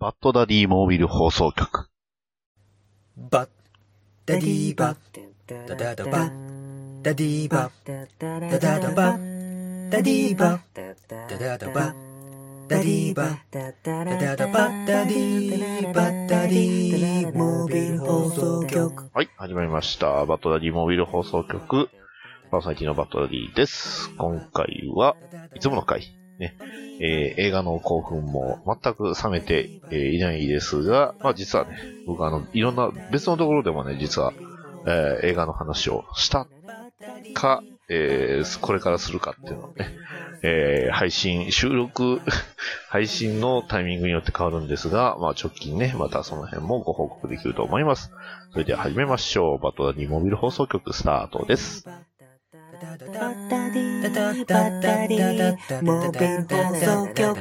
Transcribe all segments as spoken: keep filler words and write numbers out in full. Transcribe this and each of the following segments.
バッドダディモービル放送局。 バッダディバッダダダバダディバッダダダバダディバッダダダバダディバッダダダバダディバッダディモービル放送局。 はい、始まりました。バッドダディモービル放送局。パーソナリティのバッドダディです。今回はいつもの回。ねえー、映画の興奮も全く冷めて、えー、いないですが、まあ実はね、僕はあの、いろんな別のところでもね、実は、えー、映画の話をしたか、えー、これからするかっていうのをね、えー、配信、収録、配信のタイミングによって変わるんですが、まあ直近ね、またその辺もご報告できると思います。それでは始めましょう。バッドダディモビル放送局スタートです。 バッダディバッダディモービル放送局。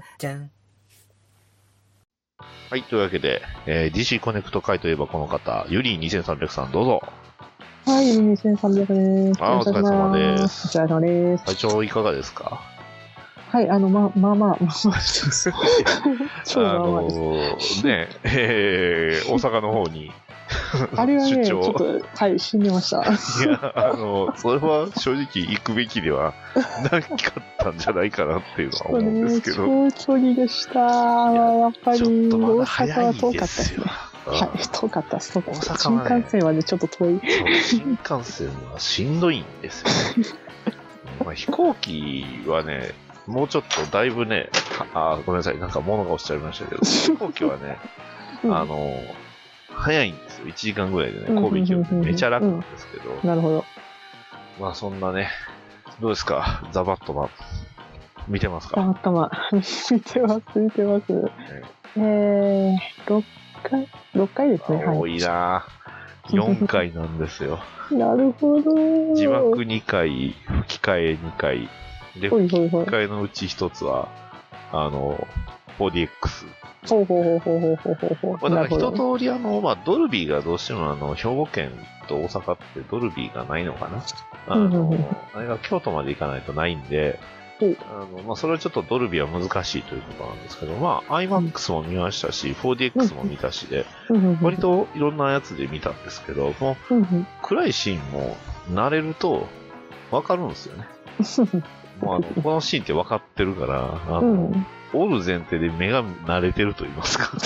はい、というわけで、えー、ディーシー コネクト会といえばこの方、ユリーにせんさんびゃくさんどうぞ。 はい、にせんさんびゃくです。 あー、お疲れ様です。 お疲れ様です。 体調いかがですか？ はい、あの、ま、まあまあ、まあまあです。超まあまあです。 あのー、ね、えー、大阪の方にあれはね、 出張ちょっと、はい、死んでました。 いや、あの、それは正直行くべきではなかったんじゃないかなっていうのは思うんですけど。 ね、超距離でした。やっぱり、大阪は遠かったですね。はい、遠かったです。遠かったです。新幹線はね、ちょっと遠い。 新幹線はしんどいんですよね。まあ、飛行機はね、もうちょっとだいぶね、あ、ごめんなさい、なんか物が落ちちゃいましたけど、飛行機はね、うん、あの、早いんですよ。いちじかんぐらいでね、神戸行きめちゃ楽なんですけど、うん。 なるほど。まあそんなね、どうですか、ザ・バットマン。見てますか？ ザ・バットマン。見てます、見てます。ね、えー、ろっかい、ろっかいですね。 多いなぁ。よんかいなんですよ。 なるほど。 字幕にかい、吹き替えにかい。で、吹き替えのうちひとつは、あの、フォーディーエックス。 ほうほうほうほうほうほうほうほう。 まあ、だから一通りあの、まあ、ドルビーがどうしてもあの、兵庫県と大阪ってドルビーがないのかな。あの、あれが京都まで行かないとないんで、あの、まあ、それはちょっとドルビーは難しいということなんですけど、まあ、アイマックス も見ましたし、フォーディーエックス も見たしで、割といろんなやつで見たんですけど、もう、暗いシーンも慣れるとわかるんですよね。もうあの、このシーンって分かってるから、あの、うん、おる前提で目が慣れてると言いますか。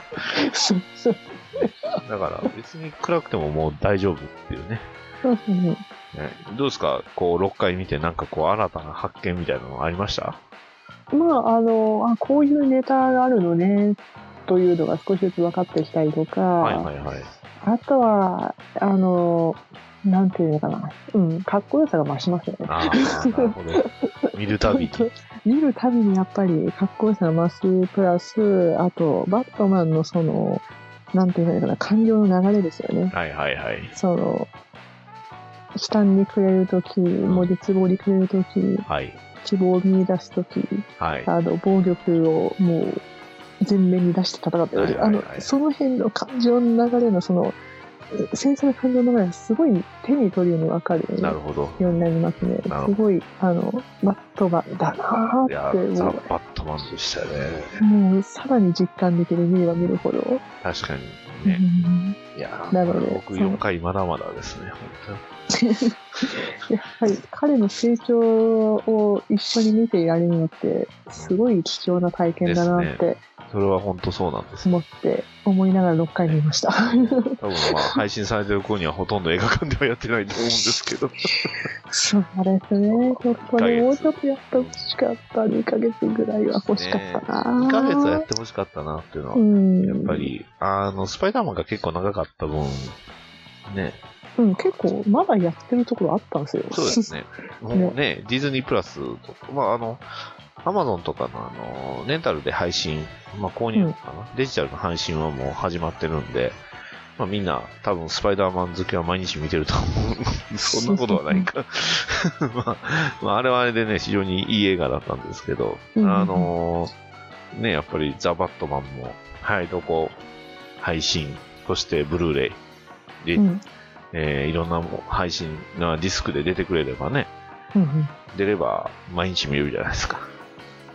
だから別に暗くてももう大丈夫っていうね。ね、どうですか、こうろっかい見てなんかこう新たな発見みたいなのありました？ まあ、あの、あ、こういうネタがあるのね、というのが少しずつ分かってきたりとか、 はいはいはい。 あとは、あの、なんていうのかな。うん、かっこよさが増しますよね。 ああ、なるほど。見るたびに。 見るたびにやっぱりかっこよさが増す、プラス、あと、バットマンのその、なんていうのかな、感情の流れですよね。 はいはいはい。 その、悲嘆に暮れるとき、文字壺に暮れるとき、 はい、 希望を見出すとき、 はい、 あの、暴力をもう、前面に出して戦ってる、はいはいはい、あの、その辺の感情の流れのその、繊細な感情の流れがすごい手に取るように分かるようになりますね。すごい、あの、バットマンだなーって。 いや、ザ・バットマンでしたね。 もう、さらに実感できる、見れば見るほど。 確かにね。うん、いや、なので僕よんかいまだまだですね、本当に。 やっぱり彼の成長を一緒に見ていられるのって、すごい貴重な体験だなって。 それは本当そうなんです。 思って思いながらろっかい見ました。多分まあ配信されてる頃にはほとんど映画館ではやってないと思うんですけど。 そうですね。ちょっとね、もうちょっとやってほしかった。にかげつぐらいは欲しかったな。 にかげつはやってほしかったなっていうのは、うん、やっぱりあのスパイダーマンが結構長かった分ね。 うん、結構まだやってるところあったんですよ。 そうですね。もうね、ねディズニープラスとか、まああの。アマゾンとかのあの、レンタルで配信、まあ購入かな、うん、デジタルの配信はもう始まってるんで、まあみんな多分スパイダーマン好きは毎日見てると思う。そんなことはないか。まあ、まああれはあれでね、非常にいい映画だったんですけど、うん、あのー、ね、やっぱりザ・バットマンも、はい、どこ配信、そしてブルーレイで、うん、えー、いろんな配信なディスクで出てくれればね、うんうん、出れば毎日見れるじゃないですか。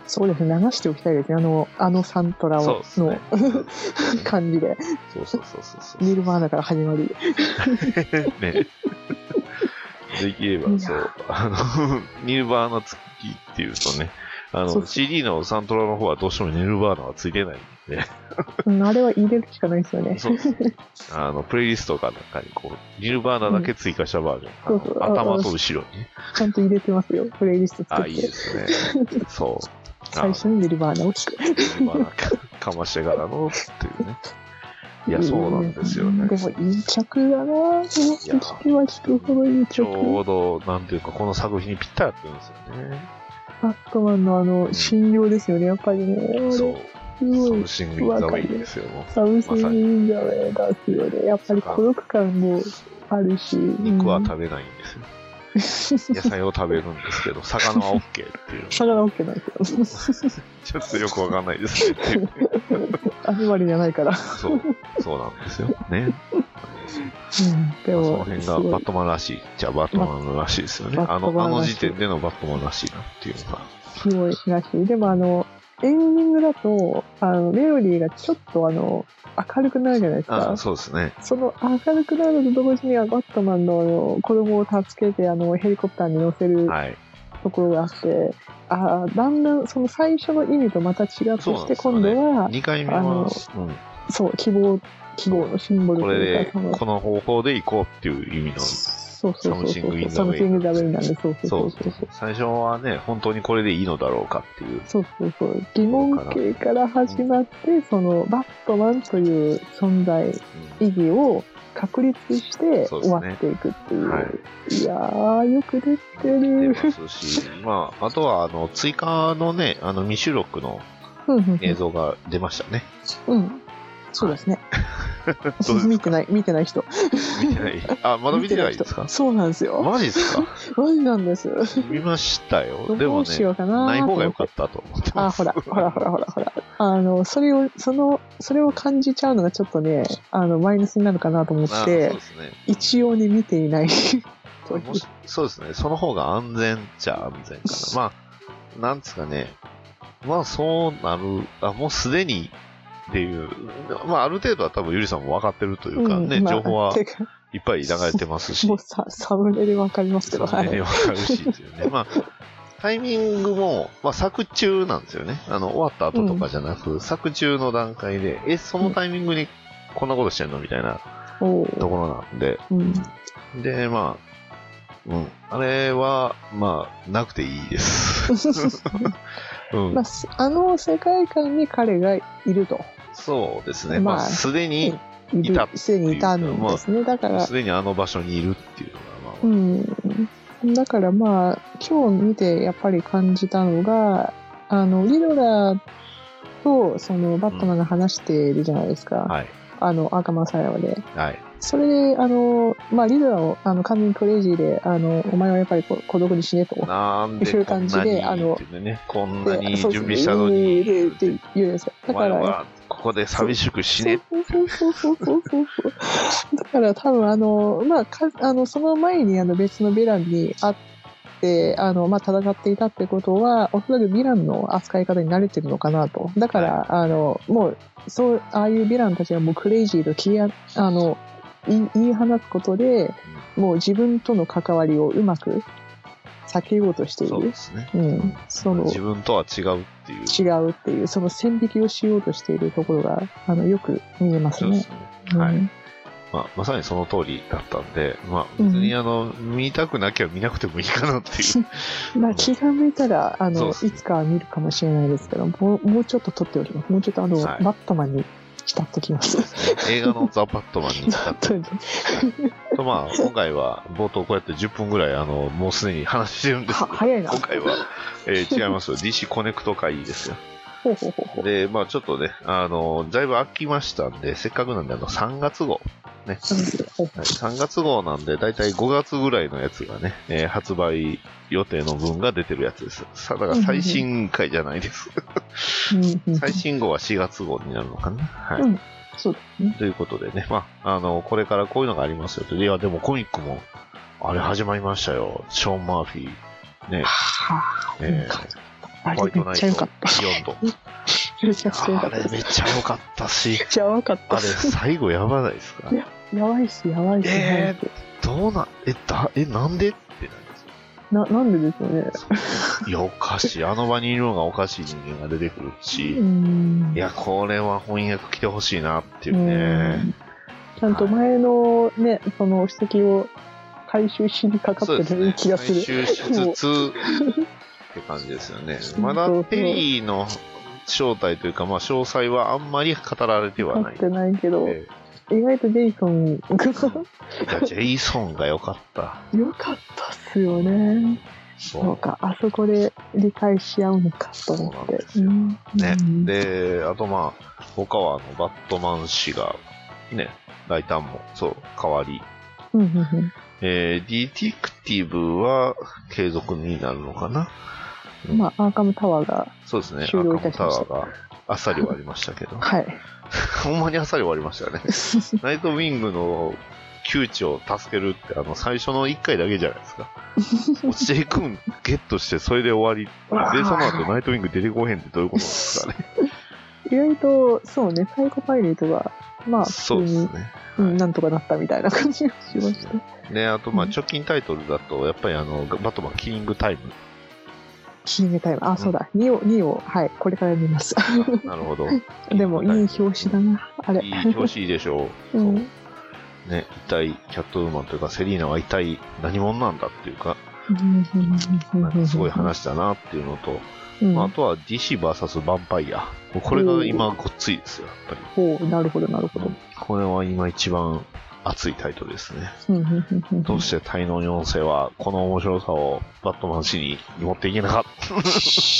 そうですね、流しておきたいですね。あの、あのサントラをの、ね、感じで。 そうそうそうそうそう。 ニルバーナから始まり。 ね。できれば、そう、あの、ニルバーナ付きっていうとね、あの、そうそう シーディー のサントラの方はどうしてもニルバーナは付いてないんで。 うん、あれは入れるしかないですよね。 そうです。あの、プレイリストかなんかにこう、ニルバーナだけ追加したバージョン。うん、そうそう頭と後ろにね。 ちゃんと入れてますよ、プレイリスト作って。 あ、いいですね。そう。 最初にニルバーナを聞く。 ニルバーナかましてからのっていうね。いや、そうなんですよね。 でも、いい曲だなぁ。聞けば聞くほどいい曲。 ちょうど、なんていうか、この作品にぴったり合ってるんですよね。 バットマンのあの、心情ですよね、やっぱりね。 そう。 すごい。 サムシング・イン・ザ・ウェイですよ。 サムシング・イン・ザ・ウェイですよね。やっぱり孤独感もあるし。 肉は食べないんですよ。野菜を食べるんですけど、魚は OK っていう。 魚は OK なんですよ。 ちょっとよくわかんないですね。 アニマルじゃないから。 そう、そうなんですよ。ね。 うん、でも、 その辺がバットマンらしい。じゃあバットマンらしいですよね。あの、あの時点でのバットマンらしいなっていうのが。 すごいらしい。でもあの、エンディングだと、あの、メロディーがちょっとあの、明るくなるじゃないですか。 あ、そうですね。 その明るくなると同時にはバットマンのあの子供を助けてあのヘリコプターに乗せるところがあって、はい、あだんだんその最初の意味とまた違ってきて、今度は、 にかいめは、 あの、うん、そう、希望、希望のシンボルというか、 これで、この方法で行こうっていう意味の。 そうそうそうそう。サムシング・ザ・ウェイなんで、そうそうそうそう。 最初はね、本当にこれでいいのだろうかっていう。 そうそうそう。疑問形から始まって、うん、その、バットマンという存在、意義を確立して終わっていくっていう。うん、はい、いやー、よくできてる。 出ますし、まあ、あとは、あの、追加のね、あの、未収録の映像が出ましたね。 うん。そうですね。見てない、見てない人。 見てない。あ、まだ見てないですか？ そうなんですよ。 マジですか？ マジなんです。 見ましたよ。でもね、 どうしようかな。 ない方が良かったと思ってます。 あ、ほら、ほら、ほら、ほら、ほら。あの、それを、その、それを感じちゃうのがちょっとね、あの、マイナスになるかなと思って、そうですね、一応に見ていない。 もしそうですね。その方が安全っちゃ安全かな。まあ、なんですかね。まあ、そうなる、あ、もうすでに、っていう、まあ、ある程度は多分ゆりさんも分かってるというかね、うん、まあ、情報はいっぱい流れてますし。 もうさサムネで分かりますけど、 サムネで分かるしですよね。まあ、タイミングも、まあ、作中なんですよね。あの、終わった後とかじゃなく、うん、作中の段階で、え、そのタイミングにこんなことしてんのみたいなところなんで。うん、で、まあ、うん。あれは、まあ、なくていいです。うんまあ、あの世界観に彼がいると。 そうですね。まあ、すでにいた。 すでにいたんですね。だから。 すでにあの場所にいるっていうのが、まあ。 うん。だからまあ、今日見てやっぱり感じたのが、あの、リドラーと、その、バットマンが話しているじゃないですか。うん、はい。あの、アーカマンサイラーで。はい。それで、あの、まあ、リドラーを、あの、完全にクレイジーで、あの、お前はやっぱり孤独に死ねと。 なんでいう感じで、あの、 ね、こんなに準備したのに。 って言うんですよ。だから、 ここで寂しく死ね。 そうそうそうそうそう。だから多分、あの、まあ、かあの、その前に、あの、別のヴィランに会って、あの、まあ、戦っていたってことは、おそらくヴィランの扱い方に慣れてるのかなと。だから、はい、あの、もう、そう、ああいうヴィランたちがもうクレイジーと切りあ、あの、言い放つことで、もう自分との関わりをうまく避けようとしている。 そうですね。 うん。その自分とは違うっていう。 違うっていう、その線引きをしようとしているところが、あの、よく見えますね。そうですね。 はい。うん、まあ、まさにその通りだったんで、まあ、別にあの、うん、見たくなきゃ見なくてもいいかなっていう。 まあ、気が向いたら、あの、いつかは見るかもしれないですけど、もう、もうちょっと撮っておきます。もうちょっとあの、はい、バットマンに浸っときます。 映画のザ・バットマンに浸っときます。と、まあ、今回は冒頭こうやってじゅっぷんぐらい、あの、もうすでに話してるんですけど、 早いな。 今回は、えー、違いますよ。ディーシー コネクト会ですよ。 ほうほうほうほう。 で、まあちょっとね、あの、だいぶ空きましたんで、せっかくなんで、あの、さんがつ号。ね。はい、さんがつ号なんで、だいたいごがつぐらいのやつがね、えー、発売予定の分が出てるやつです。さだから最新回じゃないです。最新号はしがつ号になるのかな。はい。うん、そうですね。ということでね、まあ、あの、これからこういうのがありますよと。いや、でもコミックも、あれ始まりましたよ。ショーン・マーフィー。ね。はぁ、えーあれめっちゃ良かった。 ビヨンド。 めちゃくちゃ良かった。 あれめっちゃ良かったし。 めっちゃ良かった。 あれ最後やばないですか？ いや、やばいし、やばいし。 えー、どうな、え、だ、え、なんでってなるんですよ。 な、なんでですよね。 いや、おかしい。あの場にいるのがおかしい人間が出てくるし。いや、これは翻訳来てほしいなっていうね。 ちゃんと前のね、はい、その指摘を回収しにかかってる気がする。 回収しつつ、って感じですよね。まだペリーの正体というか、まあ詳細はあんまり語られてはない。 語ってないけど、えー、意外とジェイソンがジェイソンが良かった。 良かったっすよね。そうか、あそこで理解し合うのかと思って。そうなんですよ。うん、 ね、うん。で、あとまあ、他はあのバットマン氏が、ね、ライターも、そう、変わり。 うんうんうん、 えー、ディティクティブは継続になるのかな。 うん、まあ、アーカムタワーがそうですね、アーカムタワーがあっさり終わりましたけど。 はい。 ほんまにあっさり終わりましたね。ナイトウィングの窮地を助けるって、あの、最初のいっかいだけじゃないですか。落ちていくんゲットして、それで終わり。で、その後ナイトウィング出てこへんってどういうことなんですかね。 意外と、そうね、サイコパイレートが、まあ、 そうですね。 うん、なんとかなったみたいな感じがしました。 ね、あと、まあ、直近タイトルだと、やっぱりあの、バットマンキリングタイム。 キリングタイム。あ、そうだ。にを、にを、はい、これから見ます。 なるほど。 でも、いい表紙だな、あれ。 いい表紙でしょう。 うん、 ね、一体、キャットウーマンというか、セリーナは一体何者なんだっていうか、なんかすごい話だなっていうのと、うんまあ、あとは ディーシーブイエス ヴァンパイア。これが今ごっついですよ、やっぱり。おお、なるほど、なるほど。 これは今一番熱いタイトルですね。どうして滞納よん世はこの面白さをバットマン氏に持っていけなかったね、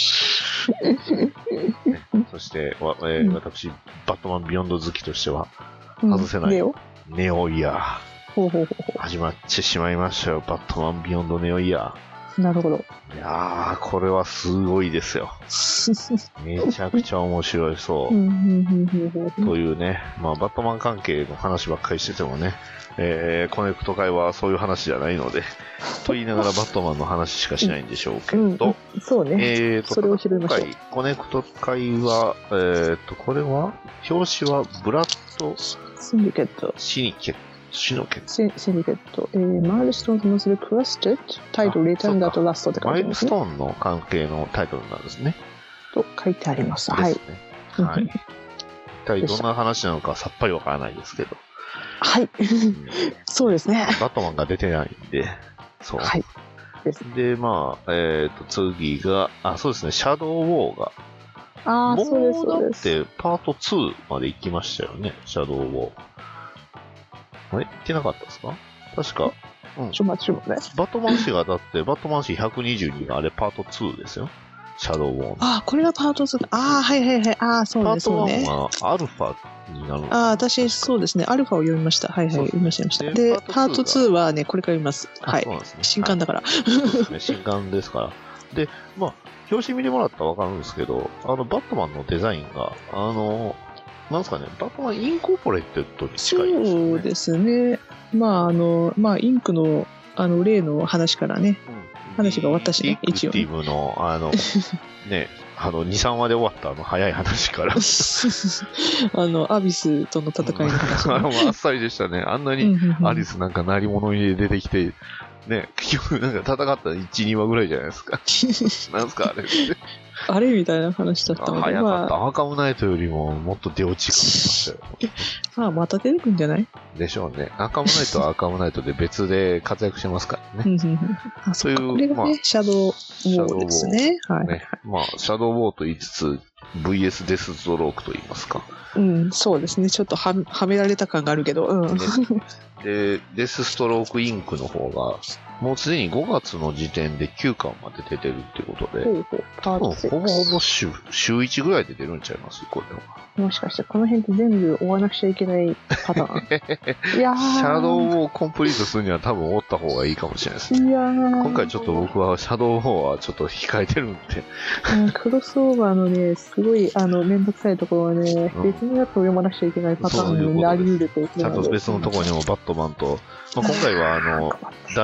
そして、わえー、私、バットマンビヨンド好きとしては外せない、うん、ネオネオイヤー。 ほうほうほうほう。 始まってしまいましたよ、バットマンビヨンドネオイヤー。 なるほど。 いやー、これはすごいですよ。めちゃくちゃ面白いそう。というね、まあ、バットマン関係の話ばっかりしててもね、えー、コネクト会はそういう話じゃないので、と言いながらバットマンの話しかしないんでしょうけど、うんうん、 そうね。えーと、それを拾いましょう。 今回、コネクト会は、えーと、これは、表紙はブラッド・シニケット。 シニケット。シノケット。 シニケット。えー、マイルストーンズのするプラステッドタイトルリターンだとラストって書いてますね。 マイルストーンの関係のタイトルなんですね。 と書いてあります。はい。ですね。 はい。一体どんな話なのかさっぱりわからないですけど。 はい。うん、そうですね。 バットマンが出てないんで。そう。 はい。 です。で、まあ、えっ、ー、と、次が、あ、そうですね、シャドウウォーが。 ああ、そうです、そうです。だって、パートツーまで行きましたよね、シャドウウォー。あれ行ってなかったですか確か。 うん。ちょ、待ちちょ、ね。 バットマン誌がだって、バットマン誌ひゃくにじゅうにがあれパートツーですよ。シャドウウォー。 ああ、これがパートツーだ。ああ、はいはいはい。ああ、そうですね。 パートワンはアルファになるの。 ああ、私、そうですね。アルファを読みました。はいはい、読みました。で、パートツーはね、これから読みます。はい。そうなんですね。新刊だから。 そうですね、新刊ですから。で、まあ、表紙見てもらったらわかるんですけど、あの、バットマンのデザインが、あの、なんですかね、バットマンインコーポレーテッドに近いですよね。 そうですね。まあ、あの、まあ、インクの、あの、例の話からね、うん、話が終わったしね、 一応。ディティブの、あの、ね、あの、に、さんわで終わったあの、早い話から。 あの、アビスとの戦いの話、 ね。あの、あっさりでしたね。あんなにアリスなんか鳴り物に出てきて、ね、結局なんか戦ったいち、にわぐらいじゃないですか。なんすか、あれ。 あれみたいな話だったので。 早かった。まあ、アーカムナイトよりももっと出落ち感ありましたよ。 まあ、また出てくるんじゃないでしょうね。アーカムナイトはアーカムナイトで別で活躍してますからね。 あ、そういう、これがね、まあ、シャドウウォーですね。はい。 ね、まあ、シャドウウォーと言いつつ、ブイエス デスストロークと言いますか。 うん、そうですね。ちょっとは、はめられた感があるけど、うん。 ね、で、デスストロークインクの方が、もうすでにごがつの時点できゅうかんまで出てるっていうことで、ほうほう多分ほぼほぼ週、週いちぐらいで出るんちゃいますこれは。 もしかしてこの辺って全部終わらなくちゃいけないパターンいやー。 シャドウをコンプリートするには多分折った方がいいかもしれないですね。 いやー。 今回ちょっと僕はシャドウはちょっと控えてるんで。 クロスオーバーのね、すごいあの、めんどくさいところはね、うん、別のやつを読まなくちゃいけないパターンになり得るという。 ちゃんと別のところにもバットマンと、まあ、今回はあの、ダミアンの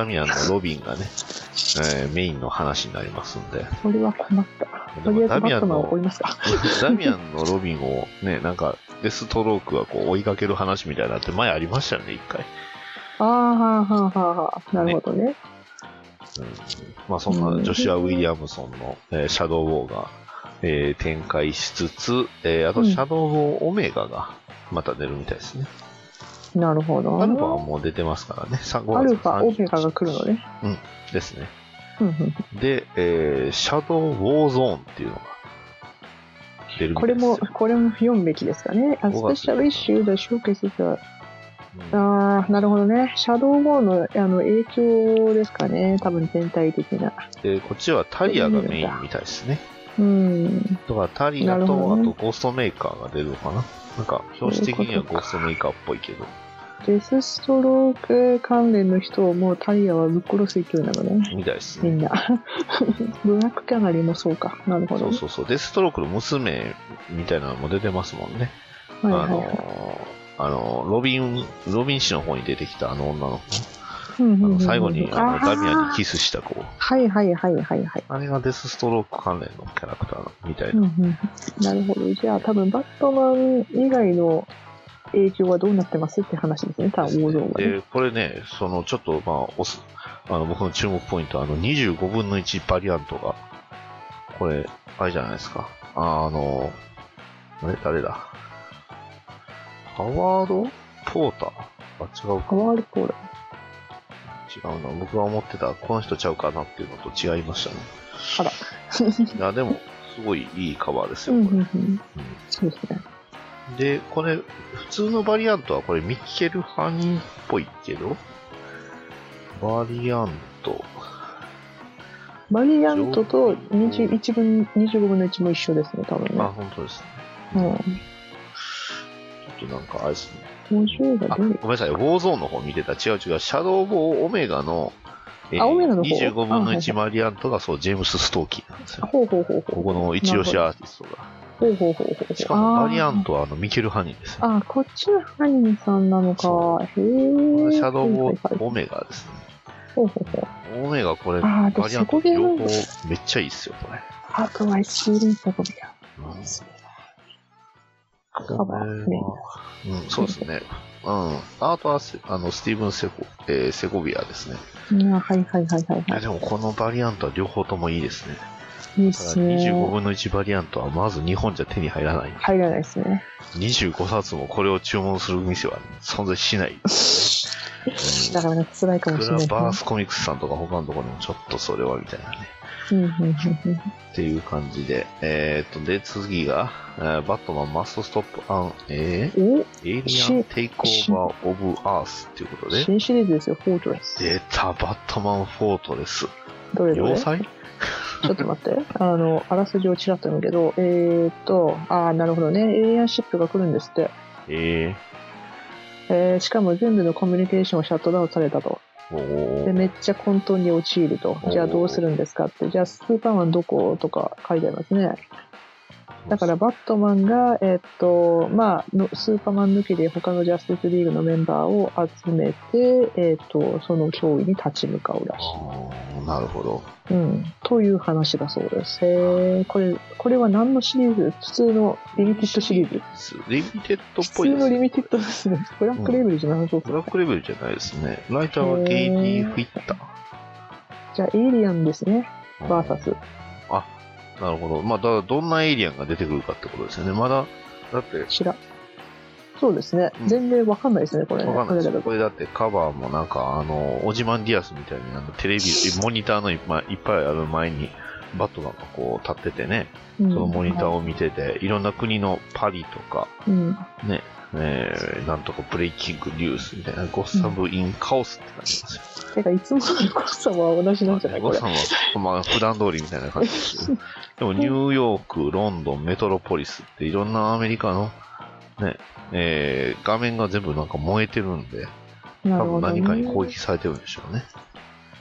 ロビンがね、えー、メインの話になりますんで。 それは困った。とりあえずバットマンを追いますか。 ダミアンのロビンをね、なんか、デストロークがこう追いかける話みたいなって前ありましたよね、一回。 ああ、はあはあはあはあ。なるほどね。ね、 うん、まあそんなジョシュア・ウィリアムソンの、えー、シャドウウォーが、えー、展開しつつ、えー、あとシャドウウォーオメガがまた出るみたいですね。 うん、なるほど。 アルファはもう出てますからね。 アルファ、オメガが来るのね。 うん、ですね。で、えー、シャドウウォーゾーンっていうのが出るみたいですよ。 これも、これも読むべきですかね。A special issue that showcases the ああ、なるほどね。シャドウウォーのあの影響ですかね。多分全体的な。 で、こっちはタリアがメインみたいですね。 うん。 だからタリアと、ね、あとゴーストメーカーが出るのかな。なんか、表紙的にはゴーストメーカーっぽいけど。 デスストローク関連の人をもうタリアはぶっ殺す勢いなのね。 みたいですね。 みんな。ブラックキャナリーもそうか。なるほど。 そうそうそう。デスストロークの娘みたいなのも出てますもんね。はいはいはい、あのー、あの、ロビン、ロビン氏の方に出てきたあの女の子。うんうんうんうん、あの最後にあのダミアンにキスした子。 はいはいはいはいはい。 あれがデスストローク関連のキャラクターみたいな。 うんうん、なるほど。じゃあ多分バットマン以外の影響はどうなってますって話ですね、多分、王道が、ね。 で、これね、そのちょっとまあ、押す、あの僕の注目ポイントは、あのにじゅうごぶんのいちバリアントが、これ、あれじゃないですか。あ、あの、あれ誰だハワード・ポーターあ、違うか。 ハワード・ポーター違うな。僕が思ってた、この人ちゃうかなっていうのと違いましたね。 あら。 いや、でも、すごいいいカバーですよ、これ。うんうんうん、 そうですね。 で、これ、普通のバリアントはこれミッケル・ハニーっぽいけど、バリアント。 バリアントとにじゅういちぶん、にじゅうごぶんのいちも一緒ですね、多分ね。 あ、本当ですね。うん。 ちょっとなんかあれですね。 面白いがあ、ごめんなさい、ウォーゾーンの方見てた。違う違う、シャドウボーオメガの、 えー、あ、オメガの方にじゅうごぶんのいちバリアントがそう、ジェームス・ストーキーなんですよ。 ほうほうほうほう。 ここの一押しアーティストが。 ほうほうほうほう。 しかもバリアントはあのミケル・ハニーです、ね。 あ、こっちのハニーさんなのか。へぇシャドウボーオメガですね。 ほうほうほう。オメガこれ、 バリアント両方めっちゃいいっすよ、これ。 あとはシーリンセコビア。うん。 カバーね。うん、そうですね。うん。アートはあのスティーブンセコ、えー、セコビアですね。 いや、はいはいはいはい、はい。 でもこのバリアントは両方ともいいですね。 いいっすね。 にじゅうごぶんのいちバリアントはまず日本じゃ手に入らない。 入らないですね。 にじゅうごさつもこれを注文する店は存在しない。 うん、だからね、辛いかもしれない、ね。 バースコミックスさんとか他のところにもちょっとそれはみたいなね。 うんうんうんうん、 っていう感じで、えー、っと、で、次が、えー、バットマンマストストップアン、えー、エイリアンテイクオーバーオブアースっていうことで。 新シリーズですよ、フォートレス。 出た、バットマンフォートレス。 どれどれ要塞ちょっと待って。あの、あらすじをちらっと読むけど、えーっと、あー、なるほどね。エイリアンシップが来るんですって。 えー、えー、しかも全部のコミュニケーションをシャットダウンされたと。でめっちゃ混沌に陥ると。じゃあどうするんですかって。じゃあスーパーマンどことか書いてありますね。だからバットマンが、えー、っと、まあの、スーパーマン抜きで他のジャスティスリーグのメンバーを集めて、えー、っと、その脅威に立ち向かうらしい。 なるほど。 うん。という話だそうです。へー、これ、これは何のシリーズ？普通のリミテッドシリーズ？ リミテッドっぽいですね。 普通のリミテッドですね。ブラックレーベルじゃなさそうですね。 ブラックレーベルじゃないですね。ライターはゲイディ・フィッター。 じゃあ、エイリアンですね。バーサス。 あ、なるほど。まあ、だからどんなエイリアンが出てくるかってことですよね。まだ、だって。 知ら。そうですね。うん、全然わかんないですね、これ、ね。 わかんないです。これだってカバーもなんか、あの、オジマンディアスみたいにあのテレビ、モニターのいっぱいいっぱいある前に、バットマンがこう立っててね、うん、そのモニターを見てて、いろんな国のパリとか、うん、ね、えー、なんとかブレイキングニュースみたいな、ゴッサム・イン・カオスって感じですよ。 てか、いつものゴッサムは同じなんじゃないかな。 ゴッサムは、まあ、普段通りみたいな感じですよ。でも、ニューヨーク、ロンドン、メトロポリスっていろんなアメリカの、ね、えー、画面が全部なんか燃えてるんで、多分何かに攻撃されてるんでしょうね。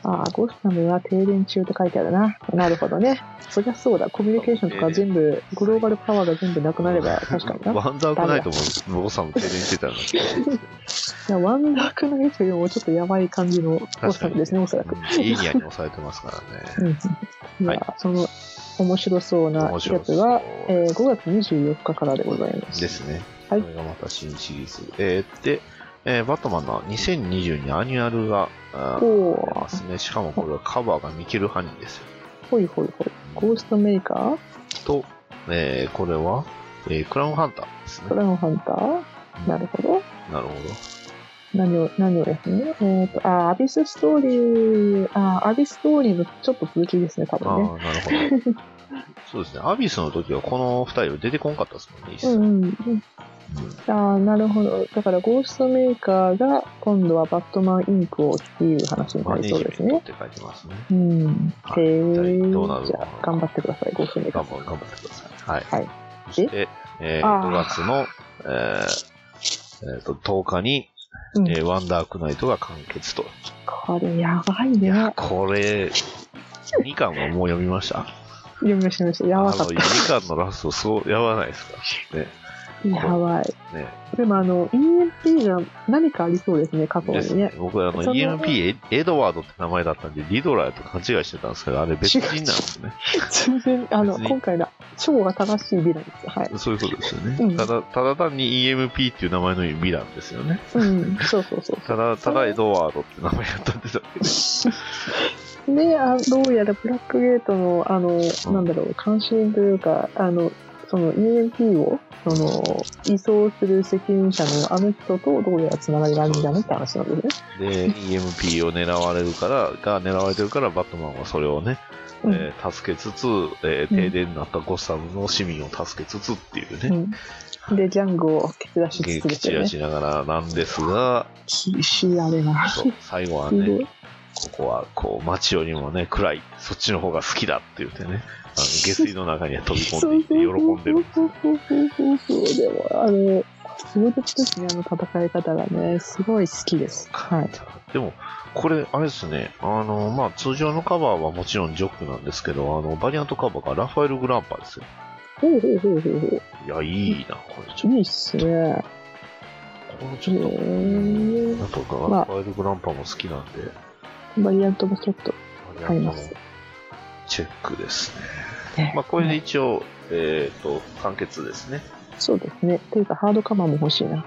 ああ、ゴスタムは停電中って書いてあるな。なるほどね。そりゃそうだ。コミュニケーションとか全部、グローバルパワーが全部なくなれば確かにな。 ワンダークナイトもゴスタム停電してたんだけど。いや、ワンダークナイトよりもちょっとやばい感じのゴスタムですね、おそらく。 いいニアに抑えてますからね。 うん。いや、はい、その面白そうなやつは、えー、ごがつにじゅうよっかからでございます。 ですね。 はい。 これがまた新シリーズ。えー、で、えー、バットマンのにせんにじゅうにアニュアルが出ますね。しかもこれはカバーがミケル・ハニーですよ。 ほいほいほい。ゴーストメーカーと、えー、これは、えー、クラウンハンターですね。 クラウンハンター、うん、なるほど。 なるほど。 何を、何をですね。えっ、ー、と、あ、アビスストーリー、あ、アビスストーリーのちょっと続きですね、多分ね。 ああ、なるほど。そうですね。アビスの時はこの二人は出てこんかったですもんね、一切。 うんうん。ああ、なるほど。だからゴーストメーカーが今度はバットマンインクを率いる話になりそうですね。 って書いてますね。 うん。 はい、 へえ。 どうなるのか。 じゃあ頑張ってください、ゴーストメーカー。 頑張頑張ってください。はい。 はい。 そして、えー、ごがつの、えーえー、ととおかに、うんえー、ワンダークナイトが完結と。 これやばいね。いや、これ、にかんはもう読みました？ 読みました、読みました。やばかった。あの、にかんのラスト、そう、やばないですかね。 やばい。ね、でもあの、イーエムピー が何かありそうですね、過去にね。 ね僕はあの、イーエムピー エドワードって名前だったんで、リドラーと勘違いしてたんですけど、あれ別人なんですね。 全然、あの、今回の超が正しいヴィランです。はい。 そういうことですよね。うん、ただ、ただ単に イーエムピー っていう名前のヴィランですよね。 うん、そうそうそう。 ただ、ただエドワードって名前だったんですよ。 で、あどうやらブラックゲートの、あの、うん、なんだろう、監視というか、あの、その イーエムピー を、その、移送する責任者のあの人とどうやらつながりがあるんじゃないって話なんですね。で、イーエムピー を狙われるから、が狙われてるから、バットマンはそれをね、うん、えー、助けつつ、えー、停電になったゴッサムの市民を助けつつっていうね。 うん、で、ジャングを蹴散らしつつですね。蹴散らしながらなんですが、 厳しいあれな。 そう、最後はね、ここは、こう、街よりもね、暗い、そっちの方が好きだって言ってね、あの、下水の中には飛び込んでいって喜んでる。 そうそうそうそうそうそう。でも、あの、壮絶ですね、あの戦い方がね、すごい好きです。はい。 でも、これ、あれですね、あの、まあ、通常のカバーはもちろんジョックなんですけど、あの、バリアントカバーがラファエル・グランパですよ。 ほうほうほうほうほう。 いや、いいな、これちょっと。 いいっすね。 これちょっと、えー、やっぱラファエル・グランパも好きなんで。 バリアントもちょっと買います。 チェックですね。まあ、これで一応、えっと、完結ですね。 そうですね。というか、ハードカバーも欲しいな。 はい、